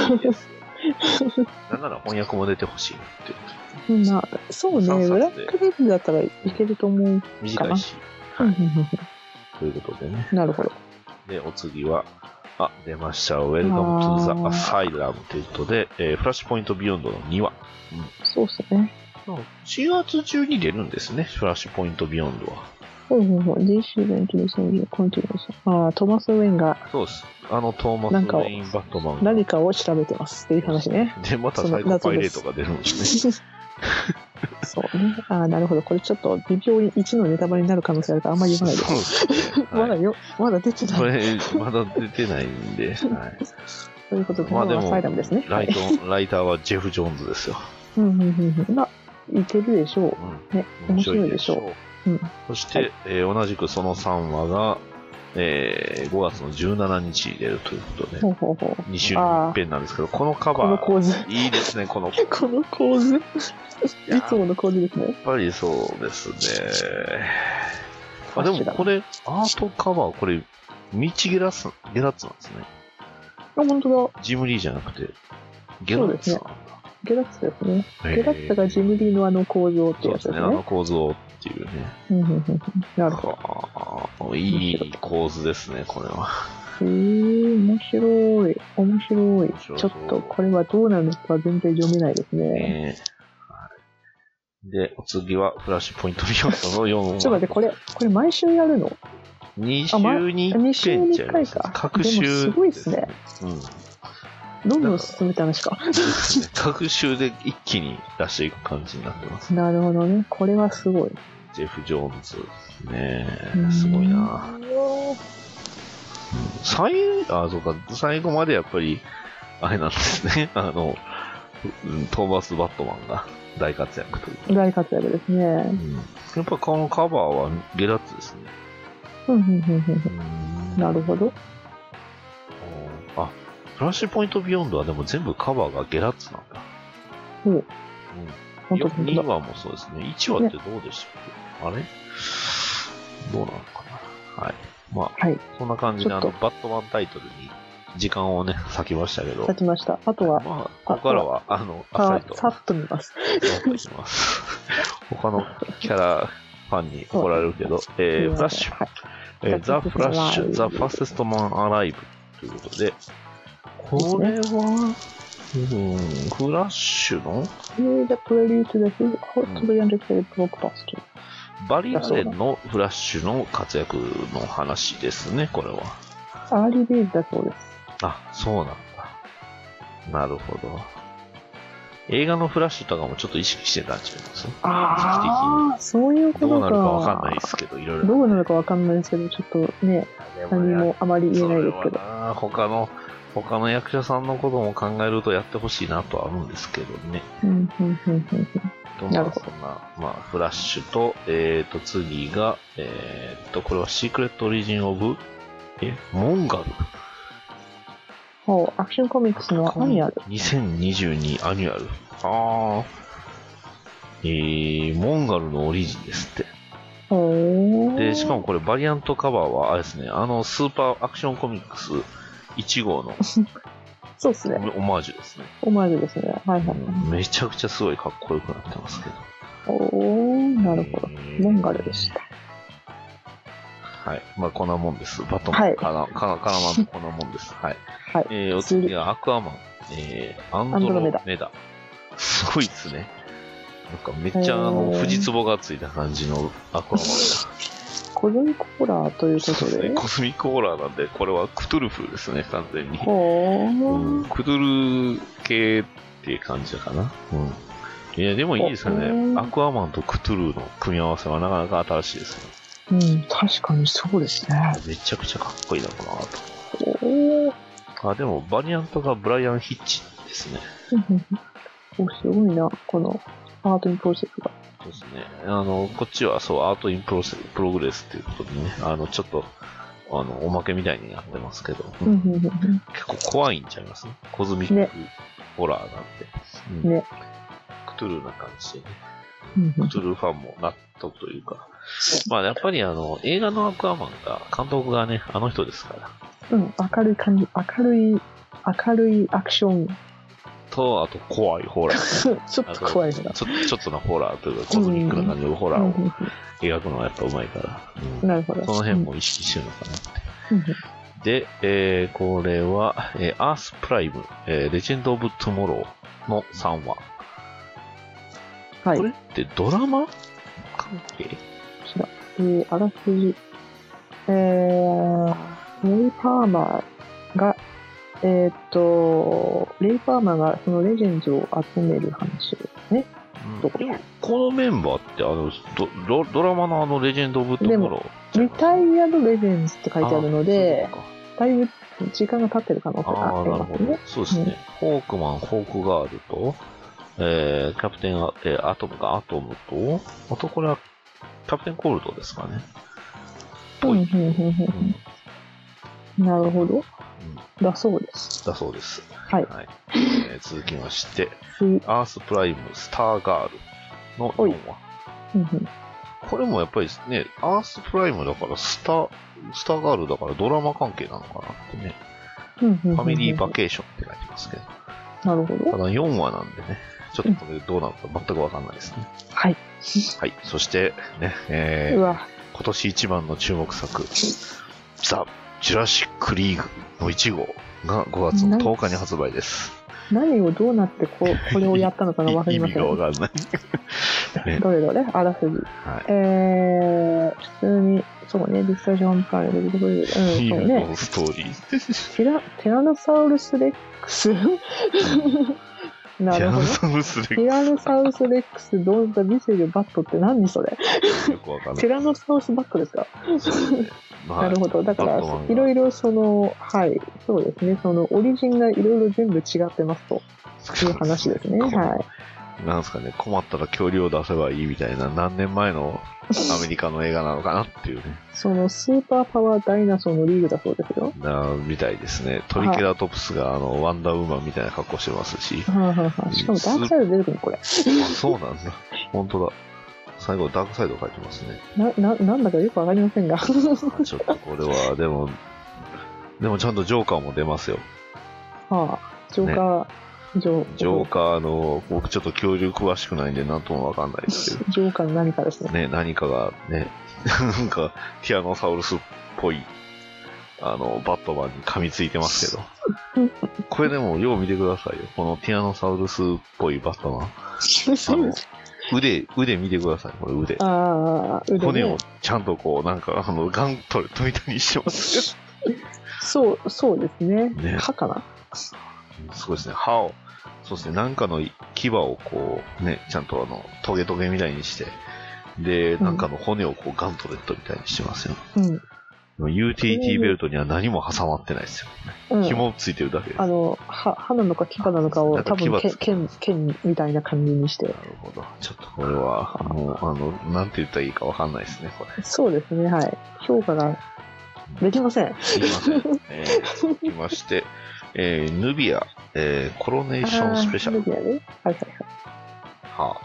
いいです。なんなら翻訳も出てほしいなっていう。まあ、そうね。ブラックベルだったらいけると思うかな。 短いし。はい。ということでね。 なるほど。で、 お次は、あ、出ました。Welcome to the Asylum ということで、えー、フラッシュポイントビヨンドのにわ。 うん、そうですね。 しがつ中に出るんですね、フラッシュポイントビヨンドは。 ほうほうほう。ディーシー イベントにせんじゅうコンティニュース。ああ、トーマス・ウェインが。 そうです。あのトーマス・ウェイン・バットマン。 何かを調べてますっていう話ね。 で、またサイコパイレートが出るんですね。 そうね。ああ、なるほど。これちょっと、微妙にいちのネタバレになる可能性あるからあんまり言わないで。そうですね。はい、まだよ、まだ出てない。 これ、まだ出てないんで。はい。 ということで、 まあでも、 ファイラムですね。 ライト、ライターはジェフ・ジョーンズですよ。 うん、うん、うん、うん。まあ、いけるでしょう。うん、ね、面白いでしょう。うん、 そして、はい、えー、同じくそのさんわが、えー、ごがつのじゅうしちにちに出るということで、ほうほうほうに週に一遍なんですけど、このカバー、 この構図いいですね、このこの構図いつもの構図ですね。 やっぱりそうですね。あ、でもこれ、アートカバー、これ、ミッチ・ゲラッツ、ゲラッツなんですね。 あ、本当だ。 ジム・リーじゃなくて、ゲラッツなんだ。 ゲラッツですね。ゲラッツがジムリーのあの構造ってやつですね。そうですね、 あの構造っていうね。 なるほど。いい構図ですね、これは。 へえー、面白い。面白い。ちょっとこれはどうなるのか全然読めないですね。ねはい、で、お次はフラッシュポイントビヨンドのよんわ。 ちょっと待って、これ、これ毎週やるの？ に週にいっぺんちゃいます。に週にいっかいか。各週、ね。 すごいですね。うん。どんどん進めた話か。 各週で一気に出していく感じになってます。 なるほどね。これはすごい。 ジェフ・ジョーンズ。ねえ、すごいな。最、あ、そうか、最後までやっぱり、あれなんですね。あの、トーマス・バットマンが。 大活躍というか。 大活躍ですね。うん、 やっぱこのカバーはゲラッツですね。 うんうんうんうん。なるほど。 あ、フラッシュポイントビヨンドはでも全部カバーがゲラッツなんだ。 おう。うん。 本当にわもそうですね。いちわってどうでしたっけ、ね、あれどうなのかな。はい。まあ、はい、そんな感じで、あの、バットマンタイトルに時間をね、割きましたけど。 割きました。あとは、 まあ、ここからは、あの、あっさりと。 さっと見ます。 さっといきます。他のキャラファンに怒られるけど、えー、フラッシュ。はい、えー、ザ・フラッシュ、ザ・ファステストマン・アライブということで、これは、うん、フラッシュのバリアレンのフラッシュの活躍の話ですね、これは。 アーリーベイズだそうです。 あ、そうなんだ。なるほど。映画のフラッシュとかもちょっと意識してたんちゃいます？ ああ、そういうことか。 どうなるかわかんないですけど、いろいろ。 どうなるかわかんないですけど、ちょっっとね、何もあまり言えないですけど。 他の、他の役者さんのことも考えるとやってほしいなとは思うんですけどね。 うん、うん、うん、うん。 なるほど。そんな、まあ、フラッシュと、えっ、ー、と、次が、えっ、ー、と、これはシークレットオリジンオブ、え、モンガル。 おアクションコミックスのアニュアル。 にせんにじゅうにアニュアル。ああ。えー、モンガルのオリジンですって。で、しかもこれバリアントカバーは、あれですね、あの、スーパーアクションコミックスいち号の。 そうですね。 オマージュですね。 オマージュですね。はいはい。 めちゃくちゃすごいかっこよくなってますけど。 おー、なるほど。モンガルでした。 はい。まあ、こんなもんです。バトマン、はい、カナ、カナ、カナマンとこんなもんです。はい。はい。えー、お次はアクアマン、えー、アンドロメダ。メダすごいっすね。なんかめっちゃあの、藤壺がついた感じのアクアマンだ。 コズミコーラーということで。 でね、コズミコーラーなんで、これはクトゥルフですね、完全に。うん、クトゥル系っていう感じだかな。うん。いや、でもいいですよね。アクアマンとクトゥルの組み合わせはなかなか新しいですね。 うん、確かにそうですね。 めちゃくちゃかっこいいだろうなと。あ、でも、バリアントがブライアン・ヒッチですね。 お、すごいな、このアートインプロセスが。 そうですね。あの、こっちはそう、アートインプロセス、プログレスっていうことでね、あの、ちょっと、あの、おまけみたいになってますけど、うん、結構怖いんちゃいます？コズミック、ね、ホラーなんて。うん、ね。クトゥルーな感じでね。クトゥルーファンも納得というか。まあ、やっぱりあの、映画のアクアマンが、監督がね、あの人ですから。 うん、明るい感じ、明るい、明るいアクション。 と、あと怖いホラー。 ちょっと怖いな。 ちょちょっとのホラーというか、コズミックな感じのホラーを描くのはやっぱうまいから。 うん、なるほど。 その辺も意識してるのかなって。うん、で、えー、これは、えー、アースプライム、えー、レジェンド・オブ・トゥモローのさんわ。はい。これってドラマ関係？ えー、あらすじ。えー、レイ・パーマーが、えー、っと、レイ・パーマーがそのレジェンズを集める話ですね。 うん、このメンバーってあのド、ドラマのあのレジェンド・オブ・トゥモロー。リタイアド・レジェンズって書いてあるので、だいぶ時間が経ってる可能性がありますね。 そうですね。うん、ホークマン、ホークガールと、えー、キャプテンア、えー、アトムがアトムと、あとこれはキャプテンコールドですかね。 うんうんうんうん、なるほど、うん。だそうです。 だそうです。 はい。 はいえー、続きまして、アースプライムスターガールのよんわ。うんうん、これもやっぱりね、アースプライムだからスター、スターガールだからドラマ関係なのかなってね。 うんうんうんうん、 ファミリーバケーションって書いてますけど。 なるほど。 ただよんわなんでね。ちょっとこれどうなるか全くわかんないですね。 はい。 はい。そして、ね、えー、うわ今年一番の注目作、ザ・ジュラシック・リーグのいち号がごがつのとおかに発売です。 何をどうなってここれをやったのかがわかりません。 意味がわかんない、 ね。どれどれあらすじ。はい、えー、普通に、そうね、ディスタジョンパレード、うん、そうね。 ストーリー。 テラ、テラノサウルスレックスなるほど。ティラノサウルスレックス、ドンザ・ビセル・バットって何それよくわかんない。ティラノサウルスバットですかなるほど。だから、いろいろその、はい、そうですね、その、オリジンがいろいろ全部違ってますという話ですね。はい。 なんですかね、困ったら恐竜を出せばいいみたいな、何年前のアメリカの映画なのかなっていうね。 そのスーパーパワーダイナソーのリーグだそうですよ。 なみたいですね。トリケラトプスがあのワンダーウーマンみたいな格好してますし。 はあはあはあ、しかもダークサイド出てくるのこれ。あ、 そうなんですね。本当だ。最後ダークサイド書いてますね。 な、な、なんだかよくわかりませんが。 ちょっとこれは、でも、でもちゃんとジョーカーも出ますよ。 はあ、ジョーカー、ね、ジョジョーカーの、僕ちょっと恐竜詳しくないんで何ともわかんないですけど。 ジョーカーの何かですね。 ね、何かがね、なんか、ティアノサウルスっぽい、あの、バットマンに噛みついてますけど。これでも、よう見てくださいよ。このティアノサウルスっぽいバットマン。あの腕、腕見てください、これ腕。 ああ、腕、ね。 骨をちゃんとこう、なんか、あの、ガントレットみたいにしてますよ。 そう、そうですね。 ね、 歯かな。 すごいですね。歯を、そうですね、なんかの牙をこう、ね、ちゃんとあの、トゲトゲみたいにして、で、なんかの骨をこう、ガントレットみたいにしてますよ。うん。ユーティリティベルトには何も挟まってないですよ、ね。うん、紐ついてるだけです。 あの、歯、歯なのか牙なのかを多分剣、剣みたいな感じにして。なるほど。ちょっとこれは、もう、あの、なんて言ったらいいかわかんないですね、これ。 そうですね、はい。評価ができません。 できません。えー、続きまして、えー、ヌビア、えー、コロネーションスペシャル。 ヌビアね。はいはいはい。 はあ。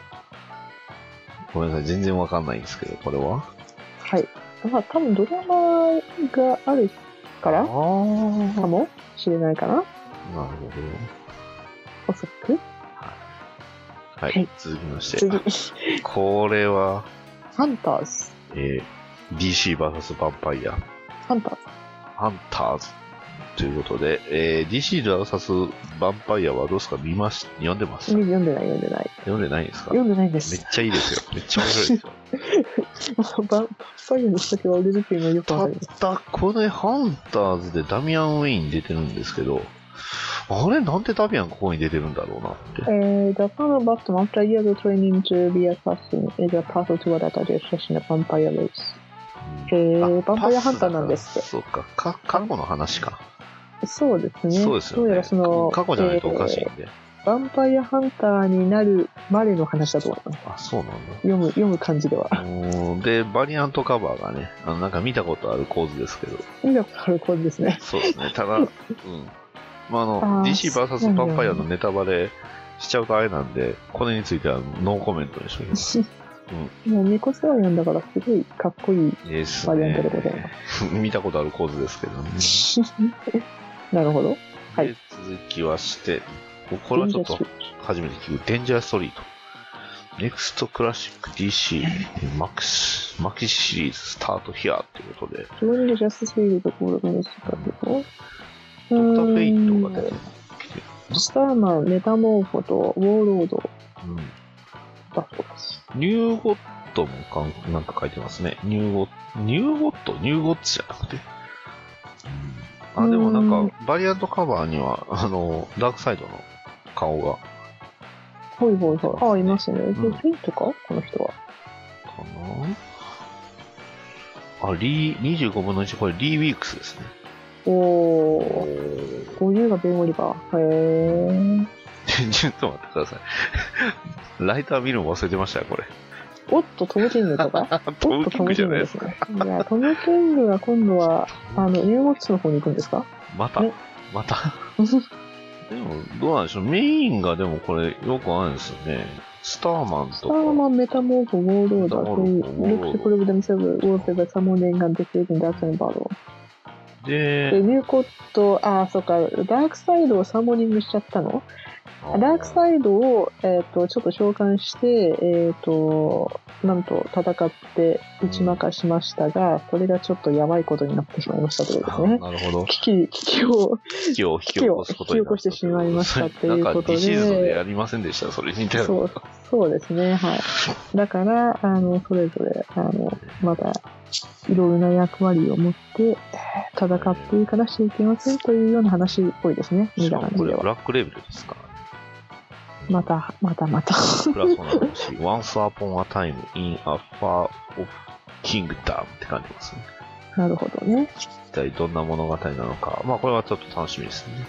ごめんなさい、全然わかんないんですけど、これははい。まあ、多分ドラマがあるからかもしれないかな。なるほど。 おそらく。 はい。はい、続きまして。次。これは、 ハンターズ。 えー、ディーシーブイエス ヴァンパイア。 ハンターズ。 ハンターズ。ということで、えー、ディーシーブイエス ヴァンパイアはどうですか？見まし、読んでます？ 読んでない、読んでない。 読んでないんですか？ 読んでないんです。 めっちゃいいですよ。めっちゃ面白いですよ。 ヴァンパイアにしとけば売れるっていうのはよくわかります。 たった、これハンターズでダミアン・ウェイン出てるんですけど、あれなんでダミアンここに出てるんだろうなって。 えー、The fun of Batman after years of training to be assassin is a puzzle to what that is just a vampire race。えー、ヴァンパイアハンターなんですって。 そうか、か、過去の話か。 そうですね。 そうですよね。 どうやらその、 過去じゃないとおかしいんで。 えー、ヴァンパイアハンターになるまでの話だと思います。 あ、そうなんだ。 読む、読む感じでは。 で、バリアントカバーがね、あの、なんか見たことある構図ですけど。 見たことある構図ですね。 そうですね。ただ、うん。まあ、あの、ディーシーブイエス ヴァンパイアのネタバレしちゃうとあれなんで、これについてはノーコメントにしときます。 うん、もうミコスワイアンだからすごいかっこいいバリアントでございます。 すね、見たことある構図ですけどね。 なるほど。はい。 続きはして、これはちょっと初めて聞くデンジャーストリート。ネクストクラシック ディーシー マックス、マキシリーズスタートヒアっていうことで。 ジョニー・ジャスティス・リーグとコールドメスターとドクター・フェイトが出てる。 スターマン、メタモーフォとウォーロード。うん。だそうです。 ニューゴットもかんなんか書いてますね。ニューゴット、ニューゴットニューゴッツじゃなくて。あ、でもなんか、バリアントカバーには、あの、ダークサイドの顔が。 はいはいはい。あ、いますね。フェイトかこの人は。かなあ、リー、にじゅうごぶんのいち、これリー・ウィークスですね。 おー。ごじゅうが弁護士か。へー。 ちょっと待ってください。ライター見るの忘れてましたよ、これ。 おっと、トム・キングとかトム・キングじゃないですか。 いや、トム・キングが今度は、あの、ニューゴッツの方に行くんですか？ また、ね、また。でも、どうなんでしょう。メインがでもこれ、よくあるんですよね。スターマンとか。スターマン、 メタモーフォ、ウォーローダー、ルクシプロブデムセブ、ウォーセブ、サモネンガン、デフェイティン、ダークサイド、バード。 で、 で、ニューコット、あ、そっか、ダークサイドをサモニングしちゃったの？ダークサイドを、えっと、ちょっと召喚して、えっと、なんと戦って打ち負かしましたが、それがちょっとやばいことになってしまいましたということですね。 なるほど。 危機、危機を、 危機を引き起こすことになった。 引き起こしてしまいましたっていうことで。 なんか、ディシーズでやりませんでした、それに似たような。 そう、そうですね、はい。だから、あの、それぞれ、あの、まだ、いろいろな役割を持って戦っていかなきゃいけませんというような話っぽいですね。 しかもこれブラックレベルですからね。 また、またまた。 プラスの話。Once upon a time in a far off kingdom って感じですね。 なるほどね。 一体どんな物語なのか。まあこれはちょっと楽しみですね。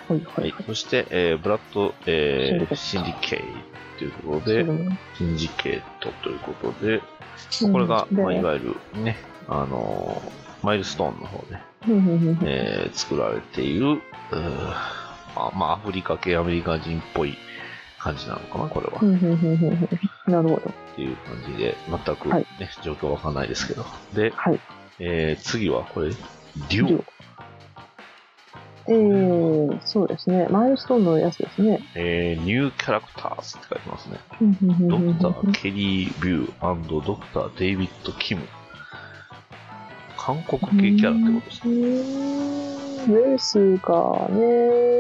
はいはい、はい。 そして、えー、ブラッド、えー、シンディケートということで、シンジケートということで、これが、まあ、いわゆるね、あのー、マイルストーンの方で、えー、作られている、あまあ、アフリカ系アメリカ人っぽい感じなのかな、これは。 なるほど。 っていう感じで、全くね、はい、状況わかんないですけど。で、 はい、 えー、次はこれ、デュオ。 えー、そうですね。マイルストーンのやつですね。 えー、ニューキャラクターズって書いてますね。ドクター・ケリー・ビュー&ドクター・デイビッド・キム。韓国系キャラってことですね。 ですかね、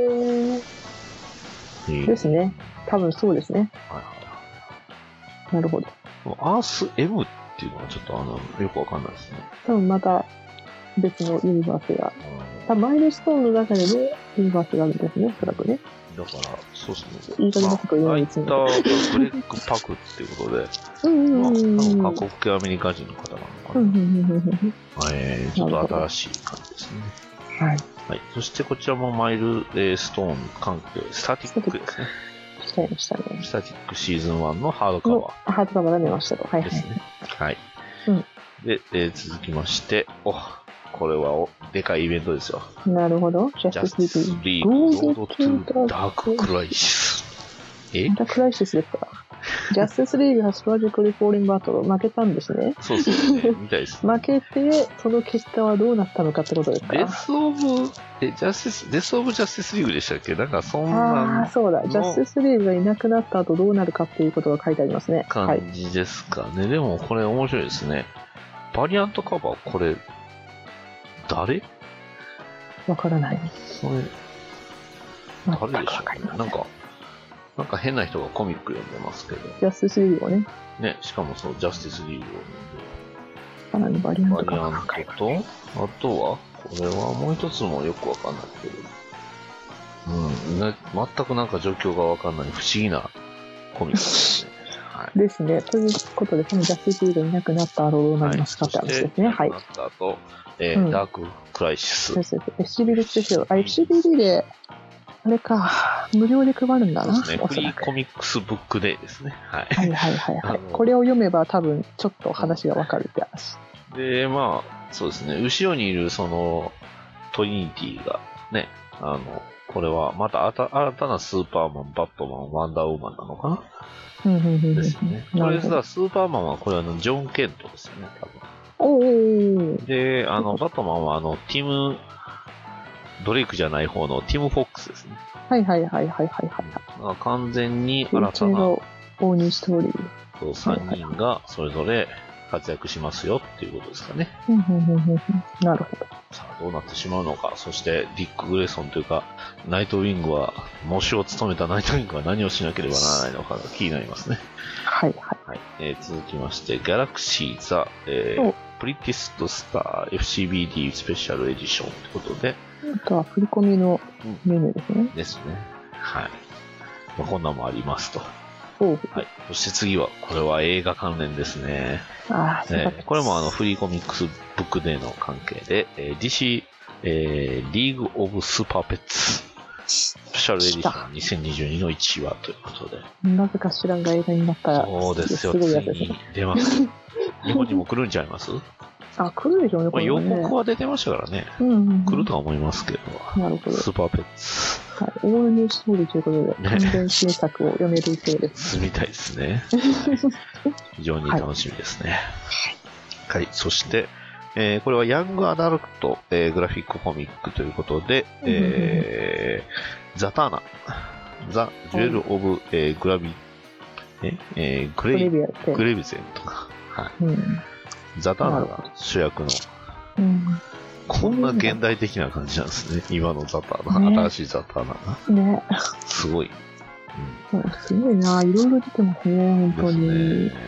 えー。ですね。多分そうですね。はいはい。なるほど。 アース M っていうのはちょっとあの、よくわかんないですね。 多分また別のユニバースが。多分マイルストーンの中でもユニバースがあるんですね、おそらくね。 だから、そうですね。 いい加減なこと言わないですね。まあ、ライターがブレックパクっていうことで、うんうんうん、まあ、韓国系アメリカ人の方なのかな。うんうんうんえー、ちょっと新しい感じですね。 はい。 はい。そしてこちらもマイル、えー、ストーン関係、スタティックですね。 しちゃいましたね。 スタティックシーズンワンのハードカバー。 ハードカバーが出ましたと。はいはい。 ですね。はい。 うん、 で、えー、続きまして、おこれはおでかいイベントですよ。 なるほど。 ジャスティスリーグロードトゥダーククライシス。えまたクライシスですか。ジャスティスリーグはストラジカルフォーリンバトル負けたんですね。 そうですね。みたいです、 ね。負けて、その結果はどうなったのかってことですか。 デスオブ、え、ジャスティス、デスオブジャスティスリーグでしたっけ。なんかそんな。 ああ、そうだ。ジャスティスリーグがいなくなった後どうなるかっていうことが書いてありますね。 感じですかね。はい、でもこれ面白いですね。バリアントカバー、これ、誰わからない。 それ、誰でしょうね。なんか、なんか変な人がコミック読んでますけど。 ジャスティスリーグをね。 ね、しかもそう、ジャスティスリーグを読んで。 さらにバリアントカバー。バリアントと、あとは、これはもう一つもよくわかんないけど。うん、ね、全くなんか状況がわかんない不思議なコミックですね。はい、 ですね。ということで、そのジャスティスリーグがいなくなった後どうなりますかって話ですね。はい。 いなくなった後、えーうん、ダーククライシス。 そうです。エフシービー ですよ。あ、エフシービーディー で、あれか、無料で配るんだな。 そうですね。フリーコミックスブックデーですね。はい。 はいはいはいはい。これを読めば多分ちょっと話がわかるって話。 で、まあ、そうですね。後ろにいるその、トリニティが、ね、あの、これはまた新たなスーパーマン、バットマン、ワンダーウーマンなのかな。 うんうんうんうん。 ですね。これさ、スーパーマンはこれあの、ジョン・ケントですよね、多分。 おー。 で、あの、バットマンはあの、ティム、ドレイクじゃない方のティム・フォックスですね。 はいはいはいはいはいはい。完全に新たな、 大西ストーリー。さんにんがそれぞれ活躍しますよっていうことですかね。 なるほど。 さあ、どうなってしまうのか。そして、ディック・グレイソンというか、ナイトウィングは、喪主を務めたナイトウィングは何をしなければならないのかが気になりますね。 はいはい。 はい。えー、続きまして、ギャラクシー・ザ・えー、プリティスト・スター エフシービーディー スペシャルエディションということで、 あとは振り込みのメニューですね。 うん、ですね。はい。まあ、こんなもありますと。はい。そして次は、これは映画関連ですね。 ああ、 ね、これもあのフリーコミックスブックデーの関係で、えー、ディーシー、えー、リーグ・オブ・スーパーペッツスペシャルエディションにせんにじゅうにのいちわということで。 なぜか知らんが映画になったら。 そうですよ、ついに出ます。日本にも来るんちゃいます？ あ、来るでしょうね、これね。まあ、予告は出てましたからね。 うんうんうん、 来るとは思いますけど。 なるほど。 スーパーペッツ。 はい。オールニューストーリーということで、完全新作を読めるそうです。 みたいですね。はい、非常に楽しみですね。はい。はい、そして、えー、これはヤングアダルト、えー、グラフィックコミックということで、えー、ザ・ターナ、ザ・ジュエル・オブ、えー、グラビ、ええー、グレイ、グレビゼンとか、はい。うんザ・ターナが主役の、うん、こんな現代的な感じなんですね。今のザ・ターナ、ね、新しいザ・ターナが。ね。すごい。 うん、すごいな。いろいろ出てますね、本当に。ね、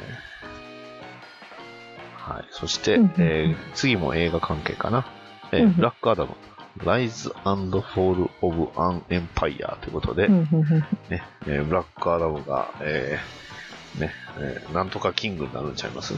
はい。そして、うんうんうんえー、次も映画関係かな。えーうんうん、ブラックアダム、Rise and Fall of an Empire ということで、うんうんうんねえー、ブラックアダムが、えーねえー、なんとかキングになるんちゃいます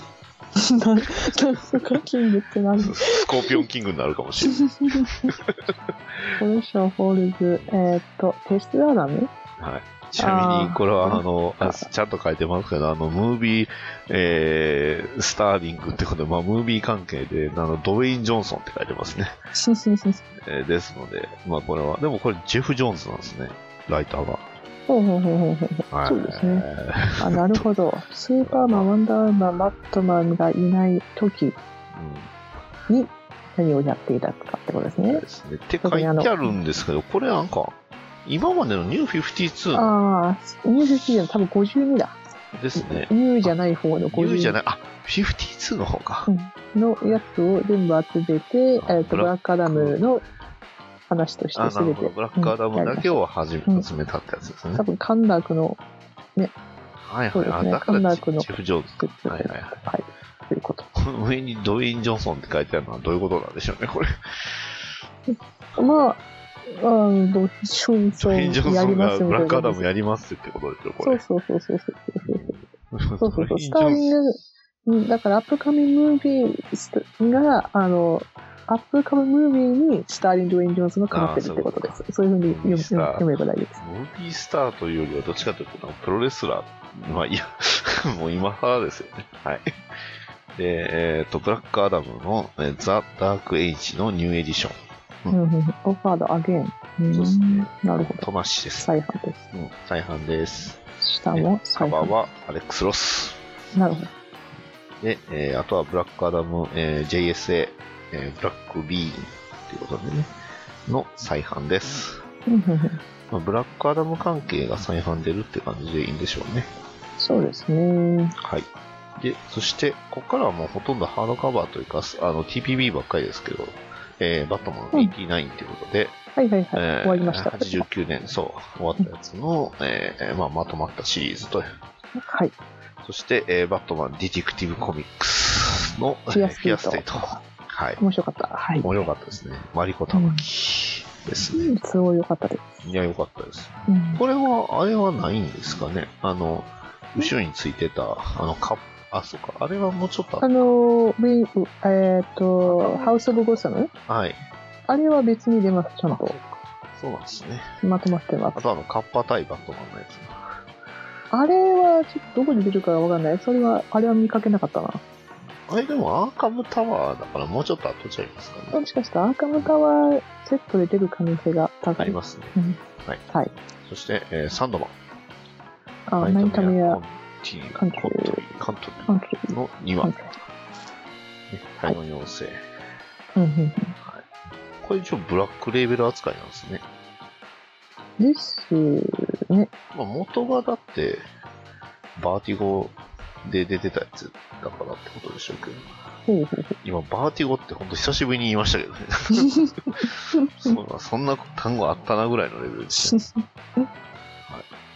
なんとかキングって何？ スコーピオンキングになるかもしれない。 コレクションホールズ、えー、っと、テストアダム？ はい。ちなみに、これは、あのあ、ちゃんと書いてますけど、あの、ムービー、えー、スターリングってことで、まあ、ムービー関係で、あの、ドウェイン・ジョンソンって書いてますね。えー、ですので、まあ、これは、でもこれ、ジェフ・ジョーンズなんですね、ライターが。 ほうほうほうほうほう。はい、そうですね。あ、なるほど。スーパーマン、ワンダーマン、バットマンがいない時に何をやっていたかってことですね。 ですね。って書いてあるんですけど、これなんか、今までのニューフィフティーツー。 ああ、ニューフィフティーツーの多分ごじゅうにだ。 ですね。 ニューじゃない方のごじゅうに。 ニューじゃない、あ、フィフティーツーの方か。 うん、のやつを全部集めて、えっと、ブラックアダムの話として全て。 ブラックアダムだけを始め、集めたってやつですね。 多分、カンダークの、ね。 はいはいはい。ね、だから、ジェフ・ジョーズ。はいはいはい。 はい。ということ。 上にドウェイン・ジョンソンって書いてあるのはどういうことなんでしょうね、これ。 まあ、あの、ドウェイン・ジョンソンやりますみたいな。 ブラックアダムやりますってことですよ、これ。 そうそうそうそうそう。そうそうそう。スターリング、だからアップカミングムービーが、あの、アップカムムービーにスターリン・ドウェイン・ジョンソンがかかってるってことです。そういうふうに読め読めば大丈夫です。 ムービースターというよりはどっちかというと、プロレスラー、まあいや、もう今更ですよね。はい。で、えっ、ー、と、ブラックアダムのザ・ダーク・エイジのニューエディション。 うんうん。オファード・アゲン。 そうですね。 なるほど。 トマシです。 再販です。 うん、再販です。 下も再販。 カバーはアレックス・ロス。 なるほど。 で、えー、あとはブラックアダム、えー、ジェイエスエー、えー、ブラック・ビーンということでね、の再販です。まあ、ブラックアダム関係が再販出るって感じでいいんでしょうね。 そうですね。 はい。で、そして、ここからはもうほとんどハードカバーというか、あの ティーピービー ばっかりですけど、えー、バットマンはちじゅうきゅうということで、 うん、はいはいはい、 えー、 終わりました。 はちじゅうきゅうねん、そう、終わったやつの、うん、えーまあ、まとまったシリーズと。 はい。 そして、えー、バットマンディティクティブコミックスのフィアステイト。はい。 面白かった。はい。 面白かったですね。マリコタマキですね。 うん、すごい良かったです。 いや、良かったです。 うん、これは、あれはないんですかね。あの、後ろについてた、あの、カップ、あ、そうか。あれはもうちょっとあった。あの、えっ、ー、と、ハウス・オブ・ゴサム？ はい。 あれは別に出ます、ちゃんと。 そうなんですね。 まとまってます。 あとあの、カッパ対バットマンのやつ。 あれは、ちょっとどこで出るかわかんない。それは、あれは見かけなかったな。 あれでもアーカムタワーだからもうちょっと後ちゃいますかね。 もしかしたらアーカムタワーセットで出る可能性が高い。 ありますね。 うん、 はい。 はい。 そして、えー、サンドマン。 あ、ナイトメアカントリー。カントリーのにわ。太陽妖精。 うんうんうん。はい。 これ一応ブラックレーベル扱いなんですね。 ですね。 まあ元がだって、バーティゴで出てたやつだからってことでしょうけど。 ほうほうほう。 今、バーティゴってほんと久しぶりに言いましたけどね。そんな、そんな単語あったなぐらいのレベルですね。はい、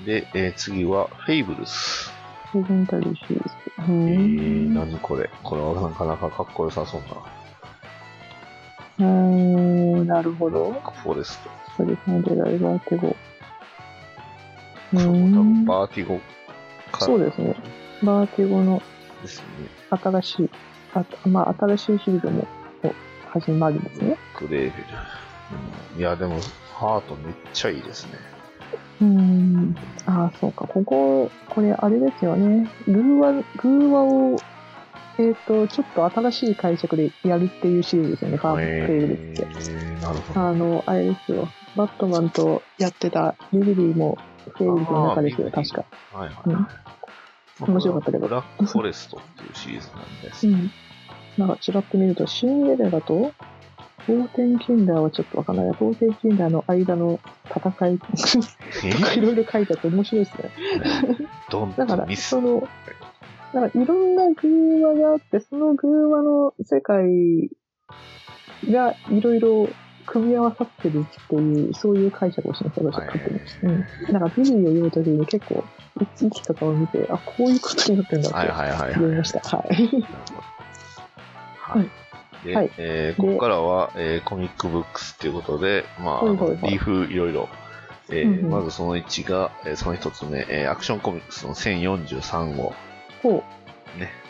で、えー、次は、フェイブルス。 レジェンダリーシリーズ。 えー、何これ。これはなかなかかっこよさそうな。 うーん、なるほど。 フォレスト。 そうですね、で、バーティゴ。 そう、多分バーティゴから。そうですね。バーティゴのですね。 新しい、あまあ、新しいシリーズも始まるんですね。 クレーベル、うん。いや、でも、ハートめっちゃいいですね。 うーん。ああ、そうか。ここ、これ、あれですよね。グーワ、グーワを、えっ、ー、と、ちょっと新しい解釈でやるっていうシリーズですよね、ファームクレイブルって。 えー、なるほど。 あの、あれですよ。バットマンとやってたビビリーもフェイルズの中ですよ、確か。 はいはい。 うん面白かったけど。 ブラックフォレストっていうシリーズなんです。 うん。なんかちらっと見ると、シンデレラと、フォーテンキンダーはちょっとわかんない。フォーテンキンダーの間の戦いとかいろいろ書いてあって面白いですね。 ドンだから、その、なんかいろんな偶話があって、その偶話の世界がいろいろ組み合わさってるっていう、そういう解釈をします、私は勝手に。うん。なんかビリーを読むときに結構、一気とかを見て、あ、こういうことになってるんだって読みました。はい。 はい。で、はい、えー、ここからは、えー、コミックブックスっていうことで、まあ、リーフいろいろ、えーうんうん、まずそのいちが、えー、その一つ目、えー、アクションコミックスのせんよんじゅうさんごう。ね。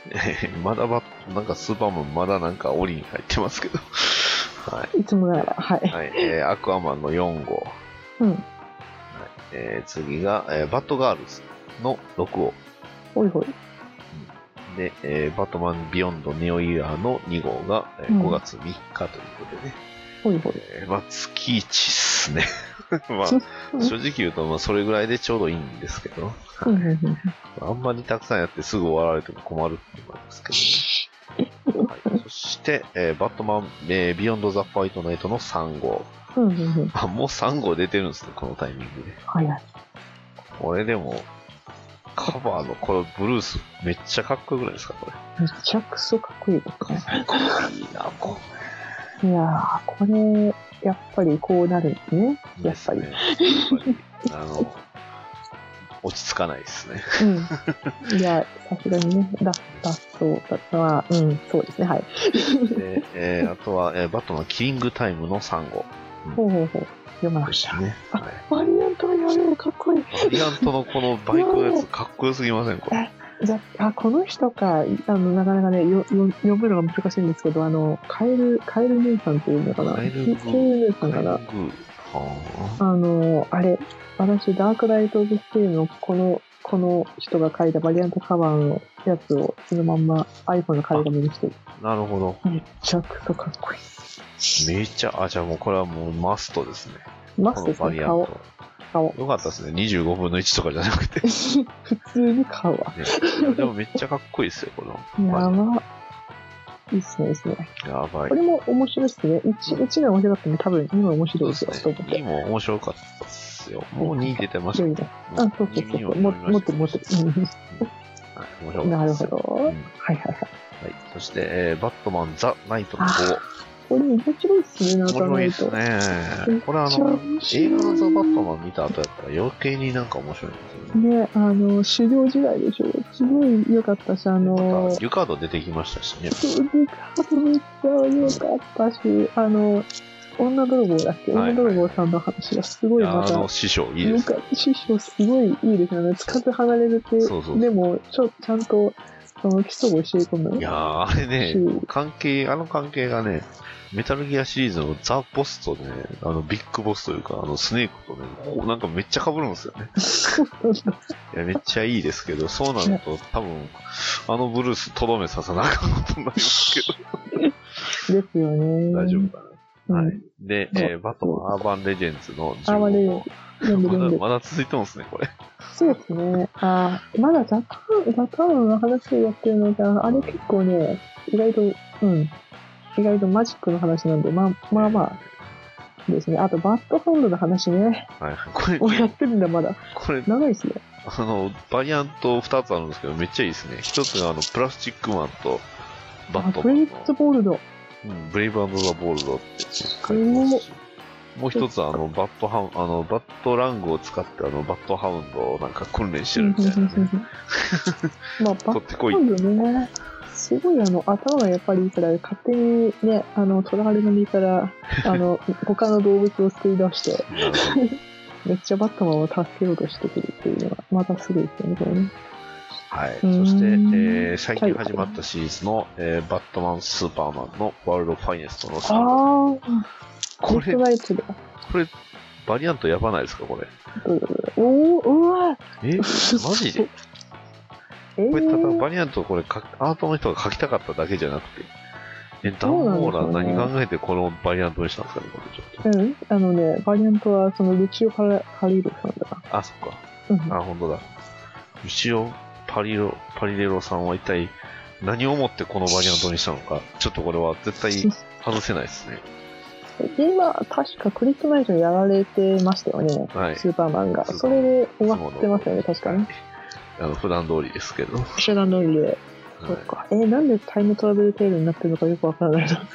まだば、なんかスーパーマンまだなんか檻に入ってますけど。はい。 いつもなら、はい。 はい。えー、アクアマンのよん号。 うん。はい、 えー、次が、えー、バッドガールズのろく号。 ほいほい。 で、えー、バットマンビヨンドネオイヤーのに号が、えー、ごがつみっかということでね。 ほいほい。 えー、まあ、月いちっすね。まあ、正直言うと、まあ、それぐらいでちょうどいいんですけど。はい、あんまりたくさんやってすぐ終わられても困るって思いますけど、ね。はい、そして、えー、バットマン、えー、ビヨンドザファイトナイトのさん号。あ、もうさん号出てるんですね、このタイミングで。 早い。 これでも、カバーのこのブルースめっちゃかっこよくないですか、これ。 めちゃくそかっこいいですね。 かっこいいな、これ。いやー、これ、やっぱりこうなるんですね。やっぱり。ね、やっぱりあの、落ち着かないですね。 うん。いや、さすがにね、だ、だ、そうだったは、うん、そうですね、はい。 でえー、あとは、えー、バットマンキリングタイムのさん号。 うん、ほうほうほう。読まなくちゃ。ね。あ、はい、バリアントがやべえ、かっこいい。 バリアントのこのバイクのやつ、かっこよすぎませんこれ。 じゃあ、この人か、あの、なかなかね、よ、よ、読むのが難しいんですけど、あの、カエル、カエル姉さんっていうのかな。カエル姉さんかな。あの、あれ、私、ダークライト・オブ・ステイのこの、この人が書いたバリアントカバーのやつをそのまんま iPhone の壁紙にしてる。 なるほど。 めちゃくそかっこいい。 めっちゃ、あ、じゃあもうこれはもうマストですね。 マストですね、顔。顔。 よかったですね。にじゅうごぶんのいちとかじゃなくて。 普通に顔は、 ね。でもめっちゃかっこいいですよ、この。 やば。いいっすね、いいっすね。 やばい。 これも面白いっすね。いち、いちが面白かったので、多分にも面白いですよ、と思って。 にも面白かったっすよ。もうに出てました。 あ、そうそうそうそう。も持ってる持ってる。なるほど。はいはいはい。はい。 そして、えー、バットマンザ・ナイトのご。 これ面白いっすね、なんか面白いっすね。これあの、映画のザ・バットマン見た後やったら余計になんか面白いですね。ね、あの、修行時代でしょ。すごい良かったし、あの、 ま、ユカード出てきましたしね。 ユカードめっちゃ良かったし、あの、女泥棒だっけ、はい、女泥棒さんの話がすごいまた。 あの、師匠いいですね。 師匠すごいいいですよね。つかず離れるて、そうそうでも、ちょ、ちゃんと、その基礎を教え込む。 いやー、あれね、関係、あの関係がね、メタルギアシリーズのザ・ボスとね、あの、ビッグボスというか、あの、スネークとね、こうなんかめっちゃ被るんですよね。いや、めっちゃいいですけど、そうなると、多分、あのブルースとどめささなあかんことになりますけど。ですよね。 大丈夫かな。うん、はい。で、えー、バットマンアーバンレジェンズのじゅうご号。まだ、まだ続いてますね、これ。 そうですね。あまだザターン、ザターンの話をやってるのが、あれ結構ね、意外と、うん。意外とマジックの話なんで、まあまあまあですね。あと、バッドハンドの話ね。 はい。これ、 をやってるんだ、まだ。 これ、 長いですね。 あの、バリアントふたつあるんですけど、めっちゃいいですね。ひとつが、あの、プラスチックマンと、バットマンの。 ブレイブ・ザ・ボールド。 うん、ブレイブ&ザ・ボールドって書いてますし。もう一つは、あの、バットハウン、あの、バットラングを使って、あの、バットハウンドをなんか訓練してるみたいな、ね。 まあ、バットハウンドね。すごいあの、頭がやっぱりいいから、勝手にね、あの、トラハルの身から、あの、他の動物を救い出して、めっちゃバットマンを助けようとしてくるっていうのが、またすごいですよね、これね。 はい。そして、えー、最近始まったシリーズの、えー、バットマンスーパーマンのワールドファイネストのさん号。ああ。これ、これ、バリアントやばないですか、これ。 おー、うわえマジでこれただバリアントこれアートの人が描きたかっただけじゃなくて、え、ダンモーラー何考えてこのバリアントにしたんですかね、これちょっと。うん、あのね、バリアントはそのルチオ・パリロさんだ。 あ、そっか。うん、あ、ほんとだ。ルチオ・パリロ、パリレロさんは一体何を思ってこのバリアントにしたのか、ちょっとこれは絶対外せないですね。 今、確かクリスマイトにやられてましたよね、はい、スーパーマンが。それで終わってますよね、確かに。 あの普段通りですけど。 普段通りで。はい、そっか。えー、なんでタイムトラベルテールになってるのかよくわからないな。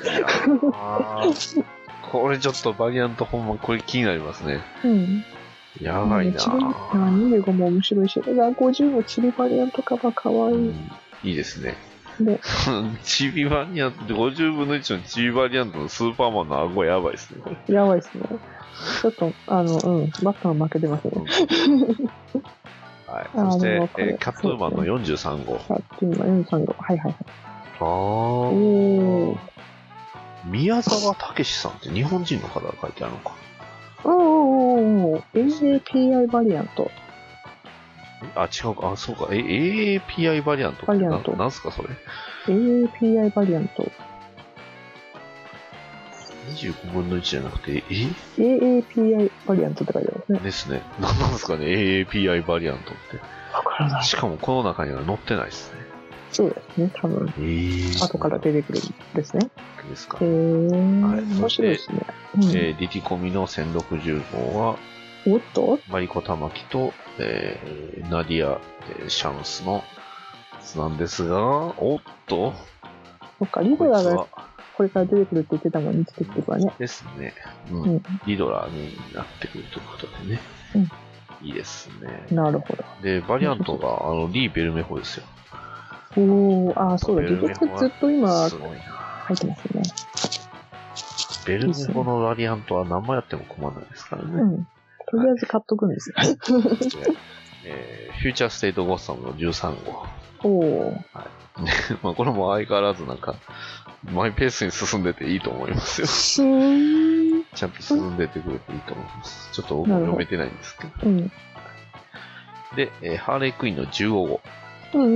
これちょっとバリアントほんまこれ気になりますね。 うん。 やばいなぁ。 にじゅうごも面白いし、ごじゅうもチビバリアントカバーかわいい、うん。 いいですね。でチビバリアントってごじゅうぶんのいちのチビバリアントのスーパーマンの顎やばいですね。 やばいですね。ちょっと、あの、うん、バットマン負けてますね。 ははい。そして、えー、キャットウーマンのよんじゅうさんごう。 キャットウーマンよんじゅうさんごう。はいはいはい。 あー。おー。宮沢武さんって日本人の方が書いてあるのか。 おーおーおー。エーエーピーアイ バリアント。 あ、違うか。あ、そうか。え、エーエーピーアイ バリアントってな、なんすか、それ。 エーエーピーアイ バリアント。 にじゅうごぶんのいちじゃなくて、えエーエーピーアイ バリアントって書いてあるんですね。 ですね。なんなんですかね、エーエーピーアイ バリアントって。 わからない。 しかもこの中には載ってないですね。 そうですね、多分。えー、後から出てくるんですね。 ですか。 へー、 はい。 面白いですね。 うん、えー、リティコミのせんろくじゅうごうは、 おっとマリコタマキと、えー、ナディア、えー、シャンスのなんですが、おっとそっか、リドラがこれから出てくるって言ってたもんね、出てくるわね。 ですね。うん。うん、リドラになってくるということでね。うん。いいですね。 なるほど。 で、バリアントが、あの、リー・ベルメホですよ。 おー、あー、そうだ、技術ずっと今、 すごいな。 入ってますよね。 ベルメホのバリアントは何枚やっても困らないですからね。 うん。とりあえず買っとくんですよ。はい、 えー、フューチャーステートゴッサムのじゅうさんごう。 おー。はい。 まあ、これも相変わらずなんか、マイペースに進んでていいと思いますよ。ちゃんと進んでてくれていいと思います。ちょっと僕も読めてないんですけど。うん、で、えー、ハーレークイーンのじゅうごごう。うん。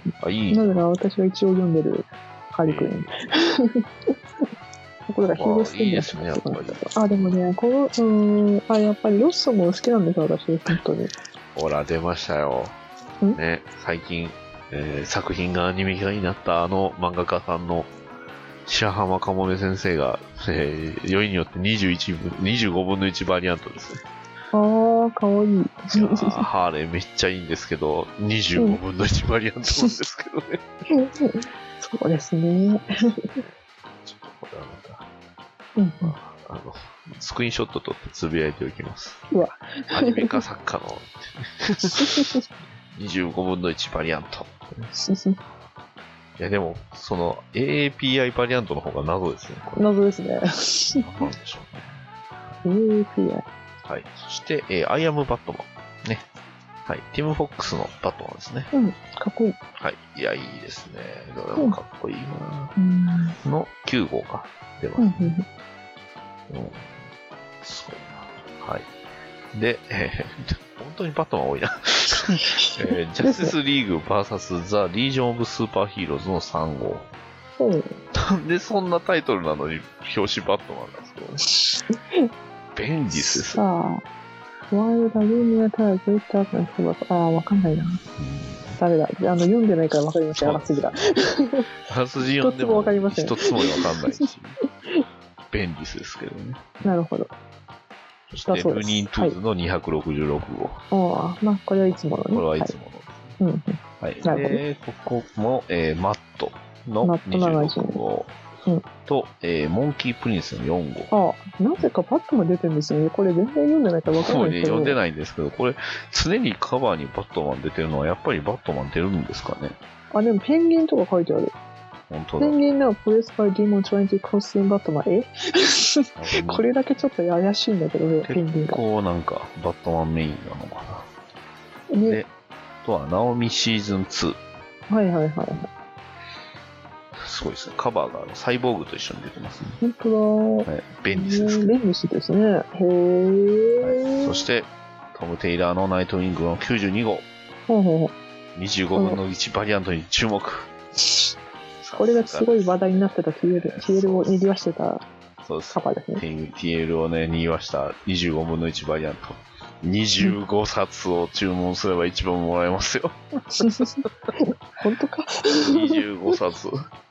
あ、いい。 なぜか私は一応読んでるハーレークイーン。えーこれがヒーローステンですね、やっぱり。あ、でもね、この、うーん、あ、やっぱりロッソも好きなんですよ、私、本当に。 ほら、出ましたよ。ね、最近、えー、作品がアニメ化になったあの漫画家さんの白浜かもめ先生が、えー、よりによってにじゅういちぶん、にじゅうごぶんのいちバリアントですね。 あー、かわいい。いやハーレーめっちゃいいんですけど、にじゅうごぶんのいちバリアントなんですけどね。 そうですね。 ちょっとこれはまた、うん、あの、スクリーンショット撮ってつぶやいておきます。 うわ。 アニメ化作家のにじゅうごぶんのいちバリアント。いやでも、その エーエーピーアイ バリアントの方が謎ですね。 謎ですね。 何なんでしょうね。 エーエーピーアイ。 はい。そして、えー、アイアムバットマン。ね。はい。ティム・フォックスのバットマンですね。 うん。かっこいい。 はい。いや、いいですね。どれもかっこいいな、うん、のきゅうごうが出ますね。うんうんうん、すごいな。はい。で、えー、本当にバットマン多いな。えー、ジャスティスリーグ ブイエス ザ・リージョン・オブ・スーパーヒーローズのさんごう。うん、なんでそんなタイトルなのに表紙バットマンなんですか便利です。 さあ、ワイルダルームやったら絶対あったんですけど、ああ、わかんないな。誰だあの、読んでないからわかりません、あらすじが。 あらすじ読んでも一つもわかんないし、便利ですけどね。 なるほど。 そして、ルニー・トゥーズのにひゃくろくじゅうろくごう。 ああ、まあ、これはいつものね。 これはいつもの。はい。はい。で、ここも、えー、マットのにじゅうろくごう。うん、と、えー、モンキープリンスのよんごう。 ああ、なぜかバットマン出てるんですよね。これ全然読んでないから分からないですけど。読んでないんですけど、これ、常にカバーにバットマン出てるのは、やっぱりバットマン出るんですかね。 あ、でもペンギンとか書いてある。 本当だ。 ペンギンのプレスパイディモントゥエンティコスチュームバットマン。えこれだけちょっと怪しいんだけどね、ペンギンが。 結構なんか、バットマンメインなのかな。ね、で、あとは、ナオミシーズンツー。 はいはいはいはい。 すごいですね。カバーがサイボーグと一緒に出てますね。 本当だ。 はい、ベンディスですね。 ベンディスですね。へー、 はい。そして、トム・テイラーのナイトウィングのきゅうじゅうにごう。ほうほうほう。にじゅうごぶんのいちバリアントに注目。 これがすごい話題になってた ティーエル、ティーエル を賑わしてたカバーですね。 ティーエル をね、賑わしたにじゅうごぶんのいちバリアント。にじゅうごさつを注文すれば一番もらえますよ。 本当か ? にじゅうごさつ。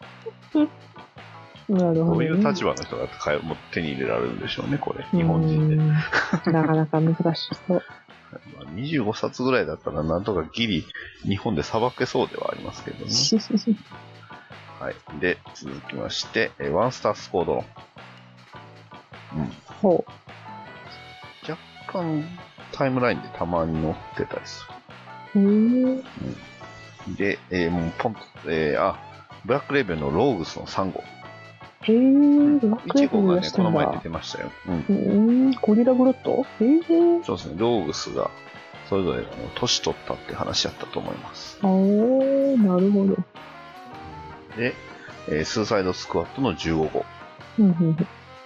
なるほど、ね。 どういう立場の人が手に入れられるんでしょうね、これ。日本人で。 なかなか難しそう。 にじゅうごさつぐらいだったらなんとかギリ日本でさばけそうではありますけどね。はい。で、続きまして、ワンスタースコードロン。うん。 ほう。若干タイムラインでたまに載ってたりする。うん。 で、えー、もうポンと、えー、あ、ブラックレーベルのローグスのさんごう。 へぇー、ブラックレいちごがね、 ベル出してんだ。 この前出てましたよ。うん。 うーん、ゴリラグロットへぇー。 そうですね、ローグスが、それぞれ、あの、年取ったって話だったと思います。 あー、なるほど。 で、えー、スーサイドスクワットのじゅうごごう。 うんうんうん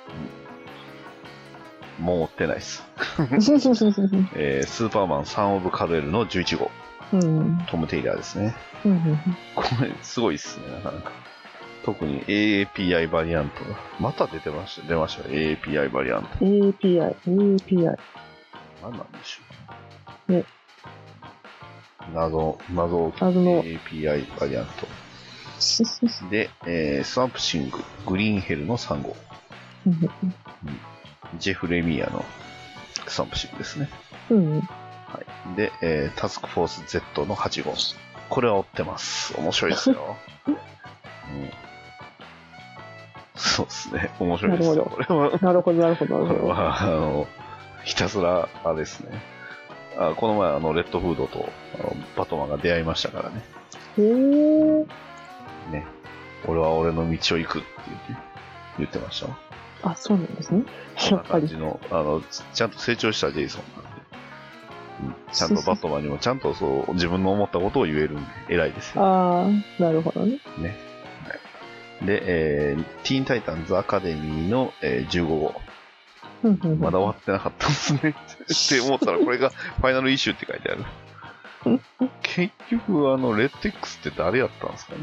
もう持ってないです。えー、スーパーマンサンオブカルエルのじゅういちごう。 うん、 トム・テイラーですね。 うんうん、 これ、すごいっすね、なかなか。特に エーエーピーアイ バリアントが。また出てました、出ましたよ、エーエーピーアイ バリアント。 エーエーピーアイ、エーエーピーアイ。 何なんでしょうね。 謎、謎、 謎のエーエーピーアイ バリアント。で、えー、スワンプシング、グリーンヘルのさんごう。うん、ジェフ・レミアのスワンプシングですね。 うん、 はい。で、えー、タスクフォース Z のはちごう。これは追ってます。面白いですよ。うん、そうですね。面白いですよ。これは。 なるほど、なるほど、なるほど。 これは、あの、ひたすら、あれですね。あこの前、あの、レッドフードとあのバトマンが出会いましたからね。 へー。 ね。俺は俺の道を行くって言って、言ってましたわ。 あ、そうなんですね。やっぱり。 のあのちゃんと成長したジェイソンなんで、うん、ちゃんとバットマンにもちゃんとそう自分の思ったことを言えるんで偉いですよ。 ああ、なるほどね。 ね。はい、で、えー、ティーンタイタンズアカデミーの、えー、じゅうごごう。まだ終わってなかったんですね。って思ったらこれがファイナルイシューって書いてある。結局あのレッド X って誰やったんですかね。